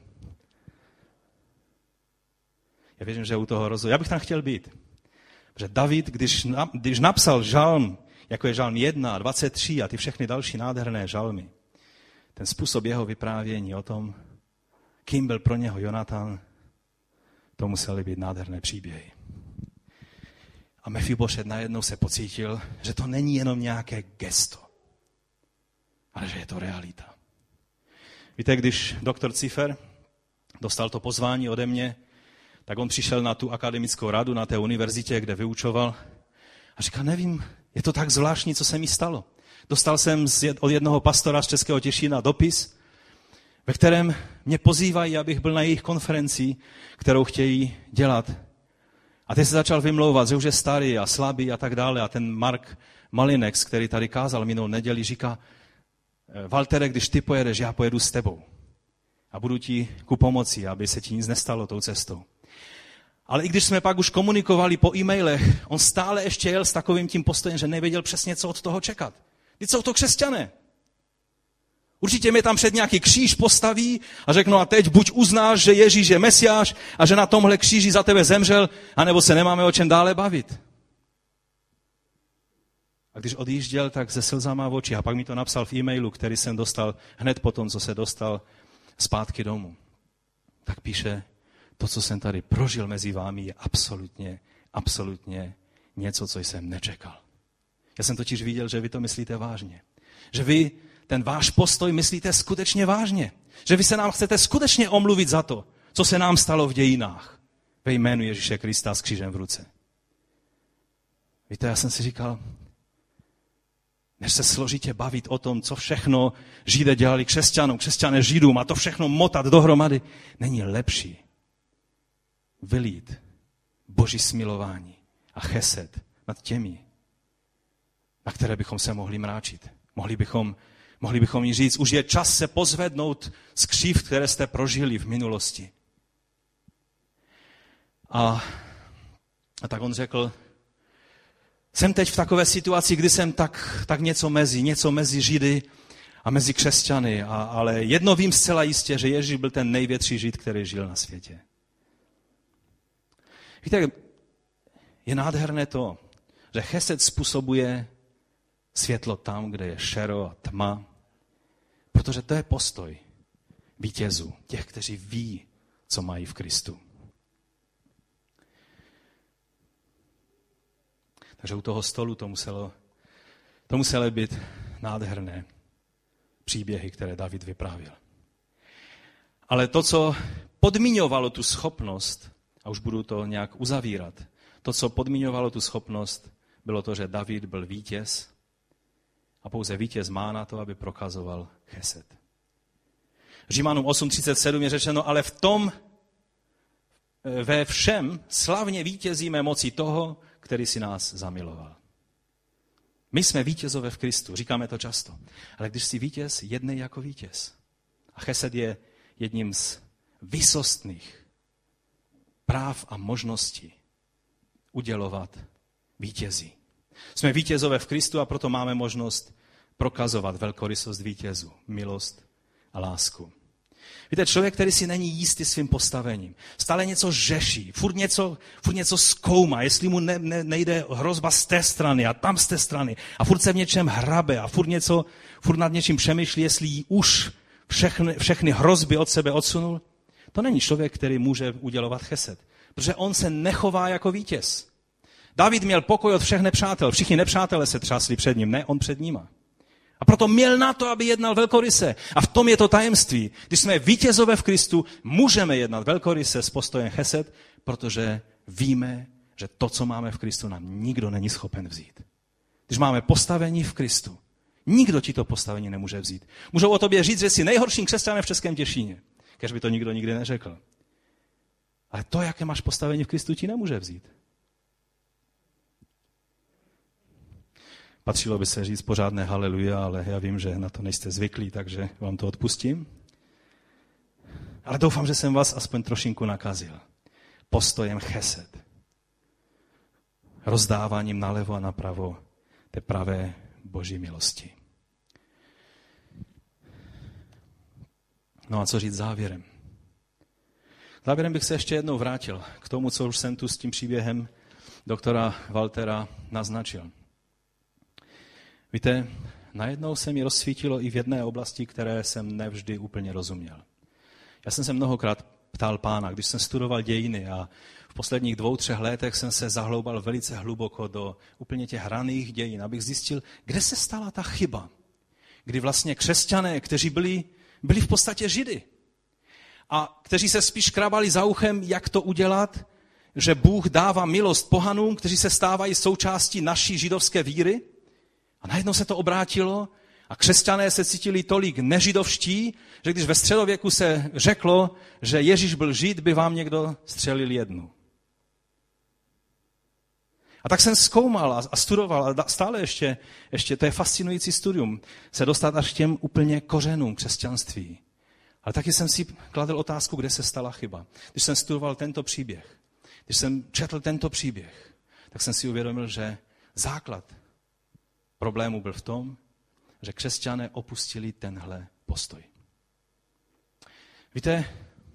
[SPEAKER 1] Já věřím, že u toho já bych tam chtěl být. Protože David, když napsal žalm, jako je žalm 1, 23 a ty všechny další nádherné žalmy, ten způsob jeho vyprávění o tom, kým byl pro něho Jonatan, to musely být nádherné příběhy. A Mefibošet najednou se pocítil, že to není jenom nějaké gesto, ale že je to realita. Víte, když doktor Cifer dostal to pozvání ode mě, tak on přišel na tu akademickou radu na té univerzitě, kde vyučoval a říkal, nevím, je to tak zvláštní, co se mi stalo. Dostal jsem od jednoho pastora z Českého Těšína dopis, ve kterém mě pozývají, abych byl na jejich konferenci, kterou chtějí dělat. A teď se začal vymlouvat, že už je starý a slabý a tak dále. A ten Mark Malinex, který tady kázal minulou neděli, říká, Valtere, když ty pojedeš, já pojedu s tebou. A budu ti ku pomoci, aby se ti nic nestalo tou cestou. Ale i když jsme pak už komunikovali po e-mailech, on stále ještě jel s takovým tím postojem, že nevěděl přesně, co od toho čekat. Teď jsou to křesťané. Určitě mě tam před nějaký kříž postaví a řeknou, a teď buď uznáš, že Ježíš je Mesiáš a že na tomhle kříži za tebe zemřel, anebo se nemáme o čem dále bavit. A když odjížděl, tak se slzama v očích. A pak mi to napsal v e-mailu, který jsem dostal hned potom, co se dostal zpátky domů. Tak píše, to, co jsem tady prožil mezi vámi, je absolutně něco, co jsem nečekal. Já jsem totiž viděl, že vy to myslíte vážně. Že vy ten váš postoj myslíte skutečně vážně. Že vy se nám chcete skutečně omluvit za to, co se nám stalo v dějinách. Ve jménu Ježíše Krista s křížem v ruce. Víte, já jsem si říkal, než se složitě bavit o tom, co všechno Židé dělali křesťanům, křesťané Židům a to všechno motat dohromady, není lepší vylít Boží smilování a chesed nad těmi, na které bychom se mohli mráčit. Mohli bychom Mohli bychom jí říct, už je čas se pozvednout z křivd, které jste prožili v minulosti. A tak on řekl, jsem teď v takové situaci, kdy jsem tak něco mezi Židy a mezi křesťany, ale jedno vím zcela jistě, že Ježíš byl ten největší Žid, který žil na světě. Víte, je nádherné to, že chesed způsobuje světlo tam, kde je šero a tma, protože to je postoj vítězů, těch, kteří ví, co mají v Kristu. Takže u toho stolu to muselo být nádherné příběhy, které David vyprávěl. Ale to, co podmiňovalo tu schopnost, a už budu to nějak uzavírat, to, co podmiňovalo tu schopnost, bylo to, že David byl vítěz a pouze vítěz má na to, aby prokazoval chesed. Římanům 8.37 je řečeno, ale v tom ve všem slavně vítězíme mocí toho, který si nás zamiloval. My jsme vítězové v Kristu, říkáme to často. Ale když jsi vítěz, jednej jako vítěz. A chesed je jedním z výsostných práv a možností udělovat vítězí. Jsme vítězové v Kristu a proto máme možnost prokazovat velkorysost vítězů, milost a lásku. Víte, člověk, který si není jistý svým postavením, stále něco řeší, furt něco zkoumá, jestli mu nejde hrozba z té strany a tam z té strany a furt se v něčem hrabe a furt nad něčím přemýšlí, jestli jí už všechny hrozby od sebe odsunul, to není člověk, který může udělovat chesed, protože on se nechová jako vítěz. David měl pokoj od všech nepřátel, všichni nepřátelé se třásli před ním, ne on před nima. A proto měl na to, aby jednal velkoryse. A v tom je to tajemství. Když jsme vítězové v Kristu, můžeme jednat velkoryse s postojem chesed, protože víme, že to, co máme v Kristu, nám nikdo není schopen vzít. Když máme postavení v Kristu, nikdo ti to postavení nemůže vzít. Můžou o tobě říct, že jsi nejhorším křesťanem v Českém Těšíně. Kéž by to nikdo nikdy neřekl. Ale to, jaké máš postavení v Kristu, ti nemůže vzít. Patřilo by se říct pořádné haleluja, ale já vím, že na to nejste zvyklí, takže vám to odpustím. Ale doufám, že jsem vás aspoň trošinku nakazil. Postojem chesed. Rozdáváním nalevo a napravo té pravé boží milosti. No a co říct závěrem? Závěrem bych se ještě jednou vrátil k tomu, co už jsem tu s tím příběhem doktora Waltera naznačil. Víte, najednou se mi rozsvítilo i v jedné oblasti, které jsem nevždy úplně rozuměl. Já jsem se mnohokrát ptal Pána, když jsem studoval dějiny a v posledních 2-3 letech jsem se zahloubal velice hluboko do úplně těch raných dějin, abych zjistil, kde se stala ta chyba, kdy vlastně křesťané, kteří byli v podstatě Židy a kteří se spíš krabali za uchem, jak to udělat, že Bůh dává milost pohanům, kteří se stávají součástí naší židovské víry. A najednou se to obrátilo a křesťané se cítili tolik nežidovští, že když ve středověku se řeklo, že Ježíš byl Žid, by vám někdo střelil jednu. A tak jsem zkoumal a studoval a stále ještě to je fascinující studium, se dostat až k těm úplně kořenům křesťanství. Ale taky jsem si kladl otázku, kde se stala chyba. Když jsem studoval tento příběh, když jsem četl tento příběh, tak jsem si uvědomil, že základ problému byl v tom, že křesťané opustili tenhle postoj. Víte,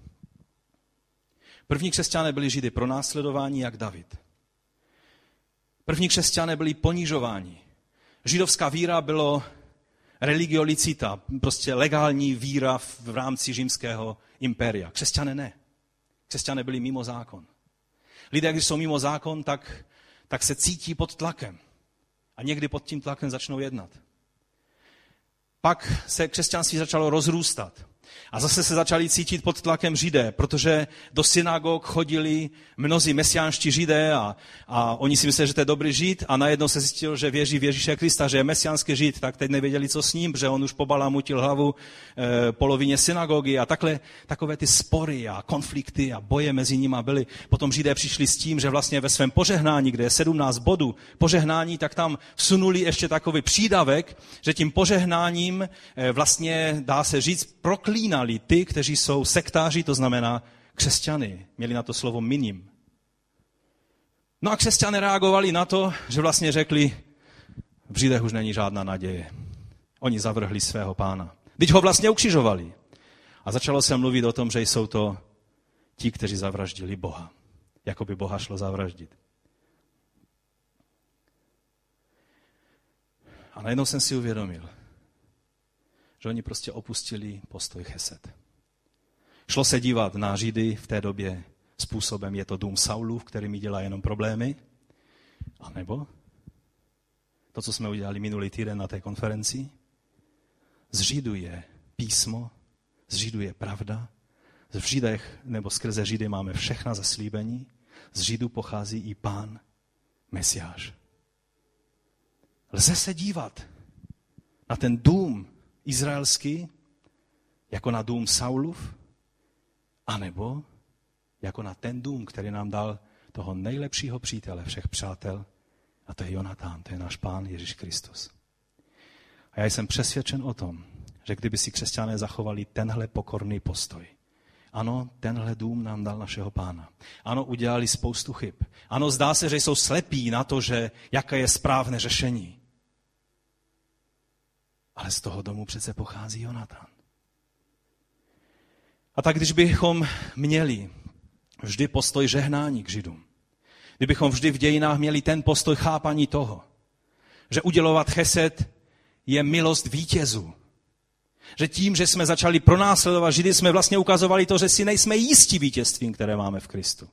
[SPEAKER 1] první křesťané byli Židy pronásledováni jak David. První křesťané byli ponižováni. Židovská víra bylo religio licita, prostě legální víra v rámci římského impéria. Křesťané ne. Křesťané byli mimo zákon. Lidé, když jsou mimo zákon, tak se cítí pod tlakem. A někdy pod tím tlakem začnou jednat. Pak se křesťanství začalo rozrůstat. A zase se začali cítit pod tlakem Židé, protože do synagog chodili mnozí mesiánští Židé a oni si mysleli, že to je dobrý Žid a najednou se zjistilo, že věří v Ježíše Krista, že je mesiánský Žid, tak teď nevěděli, co s ním, protože on už pobalamutil hlavu polovině synagogy a takové ty spory a konflikty a boje mezi nimi byly. Potom Židé přišli s tím, že vlastně ve svém požehnání, kde je 17 bodů požehnání, tak tam vsunuli ještě takový přídavek, že tím požehnáním vlastně dá se říct proklínali ty, kteří jsou sektáři, to znamená křesťany. Měli na to slovo minim. No a křesťané reagovali na to, že vlastně řekli, v Židech už není žádná naděje. Oni zavrhli svého Pána. Vždyť ho vlastně ukřižovali. A začalo se mluvit o tom, že jsou to ti, kteří zavraždili Boha. Jako by Boha šlo zavraždit. A najednou jsem si uvědomil, že oni prostě opustili postoj chesed. Šlo se dívat na Židy v té době způsobem, je to dům Saulův, který mi dělá jenom problémy, anebo to, co jsme udělali minulý týden na té konferenci, z Židů je písmo, z Židů je pravda, v Židech nebo skrze Židy máme všechna zaslíbení, z Židů pochází i Pán Mesiáš. Lze se dívat na ten dům izraelský jako na dům Saulův, anebo jako na ten dům, který nám dal toho nejlepšího přítele všech přátel, a to je Jonatán, to je náš Pán Ježíš Kristus. A já jsem přesvědčen o tom, že kdyby si křesťané zachovali tenhle pokorný postoj, ano, tenhle dům nám dal našeho Pána. Ano, udělali spoustu chyb. Ano, zdá se, že jsou slepí na to, že jaké je správné řešení. Ale z toho domu přece pochází Jonatán. A tak když bychom měli vždy postoj žehnání k Židům, kdybychom vždy v dějinách měli ten postoj chápaní toho, že udělovat chesed je milost vítězů, že tím, že jsme začali pronásledovat Židy, jsme vlastně ukazovali to, že si nejsme jistí vítězstvím, které máme v Kristu.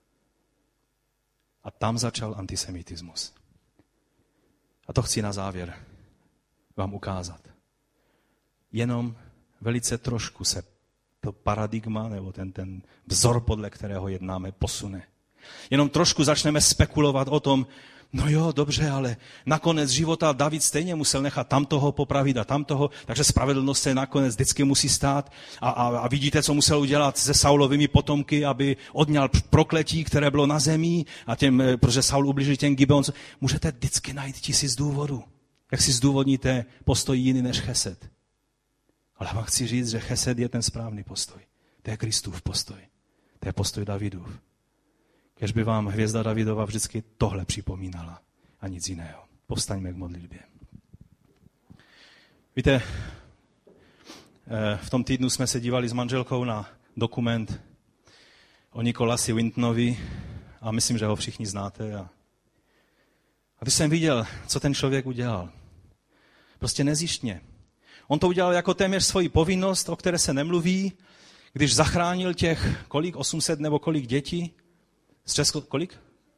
[SPEAKER 1] A tam začal antisemitismus. A to chci na závěr vám ukázat. Jenom velice trošku se to paradigma nebo ten vzor, podle kterého jednáme, posune. Jenom trošku začneme spekulovat o tom, no jo, dobře, ale nakonec života David stejně musel nechat tamtoho popravit a tamtoho, takže spravedlnost se nakonec vždycky musí stát. A vidíte, co musel udělat se Saulovými potomky, aby odňal prokletí, které bylo na zemi, a protože Saul ublížil těm Gibeoncům. Můžete vždycky najít 1000 důvodů. Jak si zdůvodníte postoj jiný než chesed. Ale vám chci říct, že chesed je ten správný postoj. To je Kristův postoj. To je postoj Davidův. Kež by vám hvězda Davidova vždycky tohle připomínala a nic jiného. Povstaňme k modlitbě. Víte, v tom týdnu jsme se dívali s manželkou na dokument o Nikolasi Wintonovi a myslím, že ho všichni znáte. A když jsem viděl, co ten člověk udělal, prostě nezištně. On to udělal jako téměř svoji povinnost, o které se nemluví, když zachránil těch, 800 nebo kolik dětí, kolik?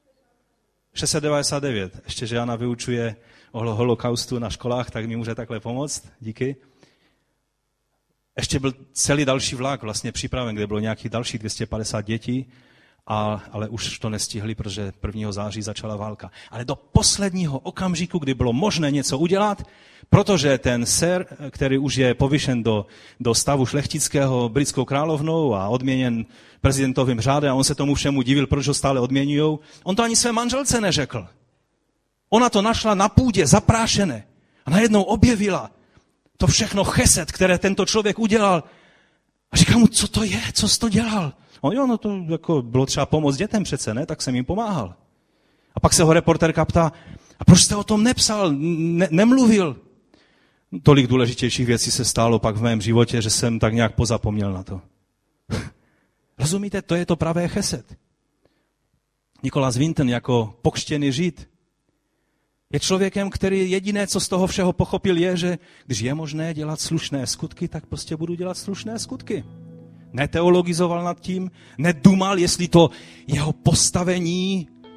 [SPEAKER 1] 699. Ještě, že Jana vyučuje o holokaustu na školách, tak mi může takhle pomoct. Díky. Ještě byl celý další vlak vlastně připraven, kde bylo nějakých dalších 250 dětí, ale už to nestihli, protože 1. září začala válka. Ale do posledního okamžiku, kdy bylo možné něco udělat, protože ten sir, který už je povyšen do stavu šlechtického britskou královnou a odměněn prezidentovým řádem, a on se tomu všemu divil, proč ho stále odměňujou, on to ani své manželce neřekl. Ona to našla na půdě, zaprášené, a najednou objevila to všechno chesed, které tento člověk udělal. A říká mu, co to je, co jsi to dělal? No to jako bylo třeba pomoct dětem přece, ne? Tak jsem jim pomáhal. A pak se ho reportérka ptá, a proč jste o tom nepsal, nemluvil? Tolik důležitějších věcí se stalo pak v mém životě, že jsem tak nějak pozapomněl na to. Rozumíte, to je to pravé chesed. Nicholas Winton jako pokřtěný Žid je člověkem, který jediné, co z toho všeho pochopil, je, že když je možné dělat slušné skutky, tak prostě budu dělat slušné skutky. Neteologizoval nad tím, nedumal, jestli to jeho postavení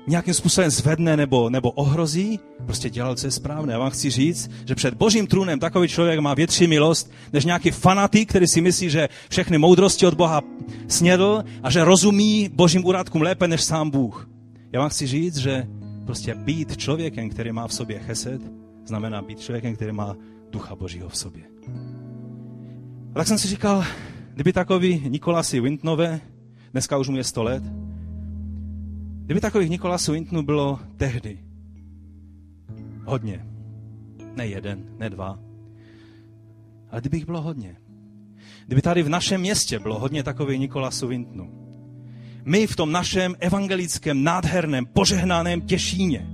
[SPEAKER 1] nějakým způsobem zvedne nebo ohrozí, prostě dělal, co je správné. Já vám chci říct, že před Božím trůnem takový člověk má větší milost, než nějaký fanatik, který si myslí, že všechny moudrosti od Boha snědl a že rozumí Božím úradkům lépe než sám Bůh. Já vám chci říct, že prostě být člověkem, který má v sobě chesed, znamená být člověkem, který má Ducha Božího v sobě. A tak jsem si říkal, kdyby takový Nikolasi Wintonové, dneska už mu je 100 let, kdyby takových Nikolasů Wintonů bylo tehdy hodně, ne jeden, ne dva, ale kdyby jich bylo hodně, kdyby tady v našem městě bylo hodně takových Nikolasů Wintonů, my v tom našem evangelickém, nádherném, požehnaném Těšíně,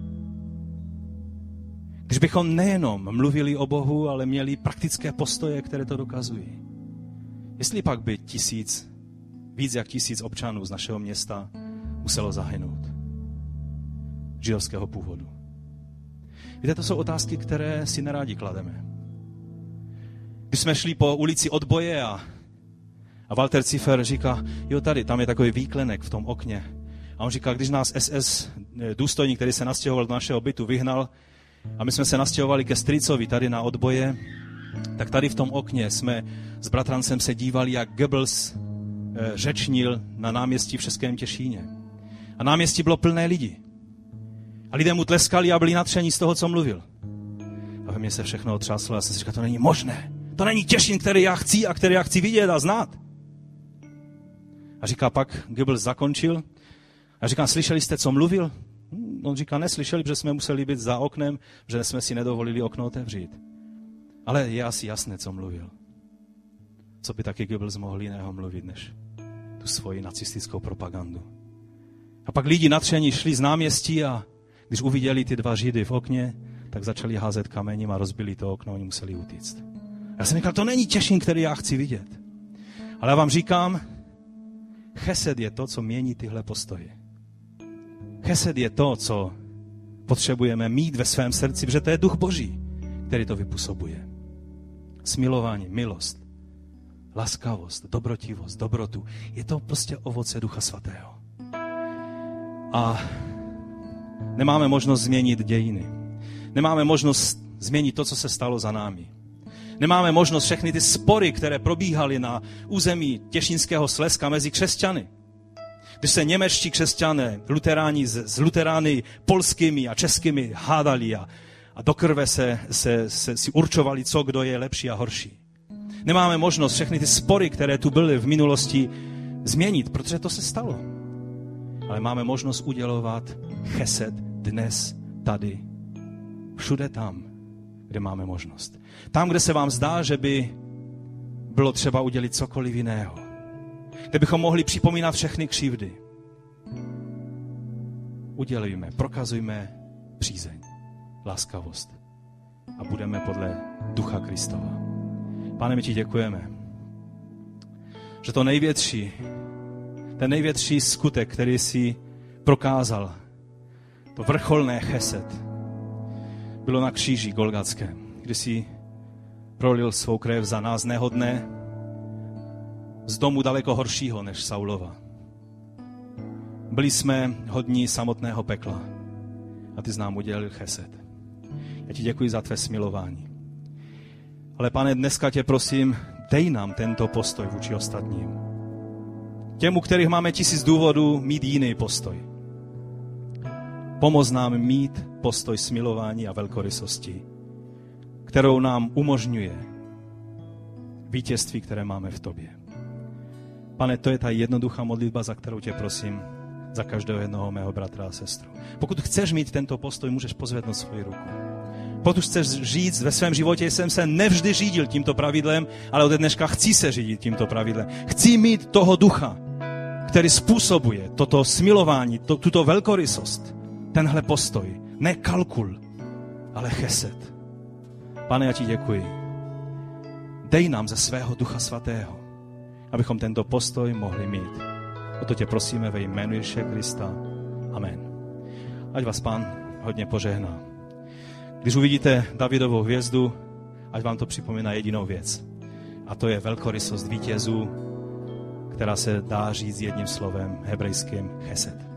[SPEAKER 1] když bychom nejenom mluvili o Bohu, ale měli praktické postoje, které to dokazují. Jestli pak by víc jak 1000 občanů z našeho města muselo zahynout. Židovského původu. Víte, to jsou otázky, které si nerádi klademe. Když jsme šli po ulici Odboje a Walter Cipher říká, jo tady, tam je takový výklenek v tom okně. A on říká, když nás SS důstojník, který se nastěhoval do našeho bytu, vyhnal a my jsme se nastěhovali ke strýcovi tady na Odboje, tak tady v tom okně jsme s bratrancem se dívali, jak Goebbels řečnil na náměstí v Českém Těšíně. A náměstí bylo plné lidí. A lidé mu tleskali a byli nadšení z toho, co mluvil. A ve mně se všechno otřáslo a já jsem si říkal, to není možné. To není Těšín, který já chci a který já chci vidět a znát. A říká, pak Goebbels zakončil a říká, slyšeli jste, co mluvil? On říká, neslyšeli, protože jsme museli být za oknem, že jsme si nedovolili okno otevřít. Ale je asi jasné, co mluvil. Co by taky Goebbels mohl jiného mluvit, než tu svoji nacistickou propagandu. A pak lidi nadšení šli z náměstí a když uviděli ty 2 Židy v okně, tak začali házet kamením a rozbili to okno, oni museli utíct. Já jsem říkal, to není Těšín, který já chci vidět. Ale já vám říkám, chesed je to, co mění tyhle postoje. Chesed je to, co potřebujeme mít ve svém srdci, protože to je Duch Boží, který to vypůsobuje. Smilování, milost, laskavost, dobrotivost, dobrotu. Je to prostě ovoce Ducha Svatého. A nemáme možnost změnit dějiny. Nemáme možnost změnit to, co se stalo za námi. Nemáme možnost všechny ty spory, které probíhaly na území Těšínského Slezska mezi křesťany. Když se němečtí křesťané, luteráni s luterány polskými a českými hádali a do krve si určovali, co kdo je lepší a horší. Nemáme možnost všechny ty spory, které tu byly v minulosti, změnit, protože to se stalo. Ale máme možnost udělovat chesed dnes, tady, všude tam, kde máme možnost. Tam, kde se vám zdá, že by bylo třeba udělit cokoliv jiného. Kde bychom mohli připomínat všechny křivdy. Udělujme, prokazujme přízeň, láskavost a budeme podle Ducha Kristova. Pane, my ti děkujeme, že to ten největší skutek, který jsi prokázal, to vrcholné chesed, bylo na kříži Golgatském, kdy jsi prolil svou krev za nás nehodné, z domu daleko horšího než Saulova. Byli jsme hodní samotného pekla a ty jsi nám udělil chesed. Já ti děkuji za tvé smilování. Ale pane, dneska tě prosím, dej nám tento postoj vůči ostatním. Těm, u kterých máme 1000 důvodů mít jiný postoj. Pomoz nám mít postoj smilování a velkorysosti, kterou nám umožňuje vítězství, které máme v tobě. Pane, to je ta jednoduchá modlitba, za kterou tě prosím, za každého jednoho mého bratra a sestru. Pokud chceš mít tento postoj, můžeš pozvednout svoji ruku. Pokud chceš říct ve svém životě, jsem se nevždy řídil tímto pravidlem, ale od dneška chci se řídit tímto pravidlem. Chci mít toho ducha, který způsobuje toto smilování, tuto velkorysost, tenhle postoj. Ne kalkul, ale chesed. Pane, já ti děkuji. Dej nám ze svého Ducha Svatého, abychom tento postoj mohli mít. O to tě prosíme ve jménu Ježíše Krista. Amen. Ať vás Pán hodně požehná. Když uvidíte Davidovou hvězdu, ať vám to připomíná jedinou věc. A to je velkorysost vítězů, která se dá říct jedním slovem hebrejským chesed.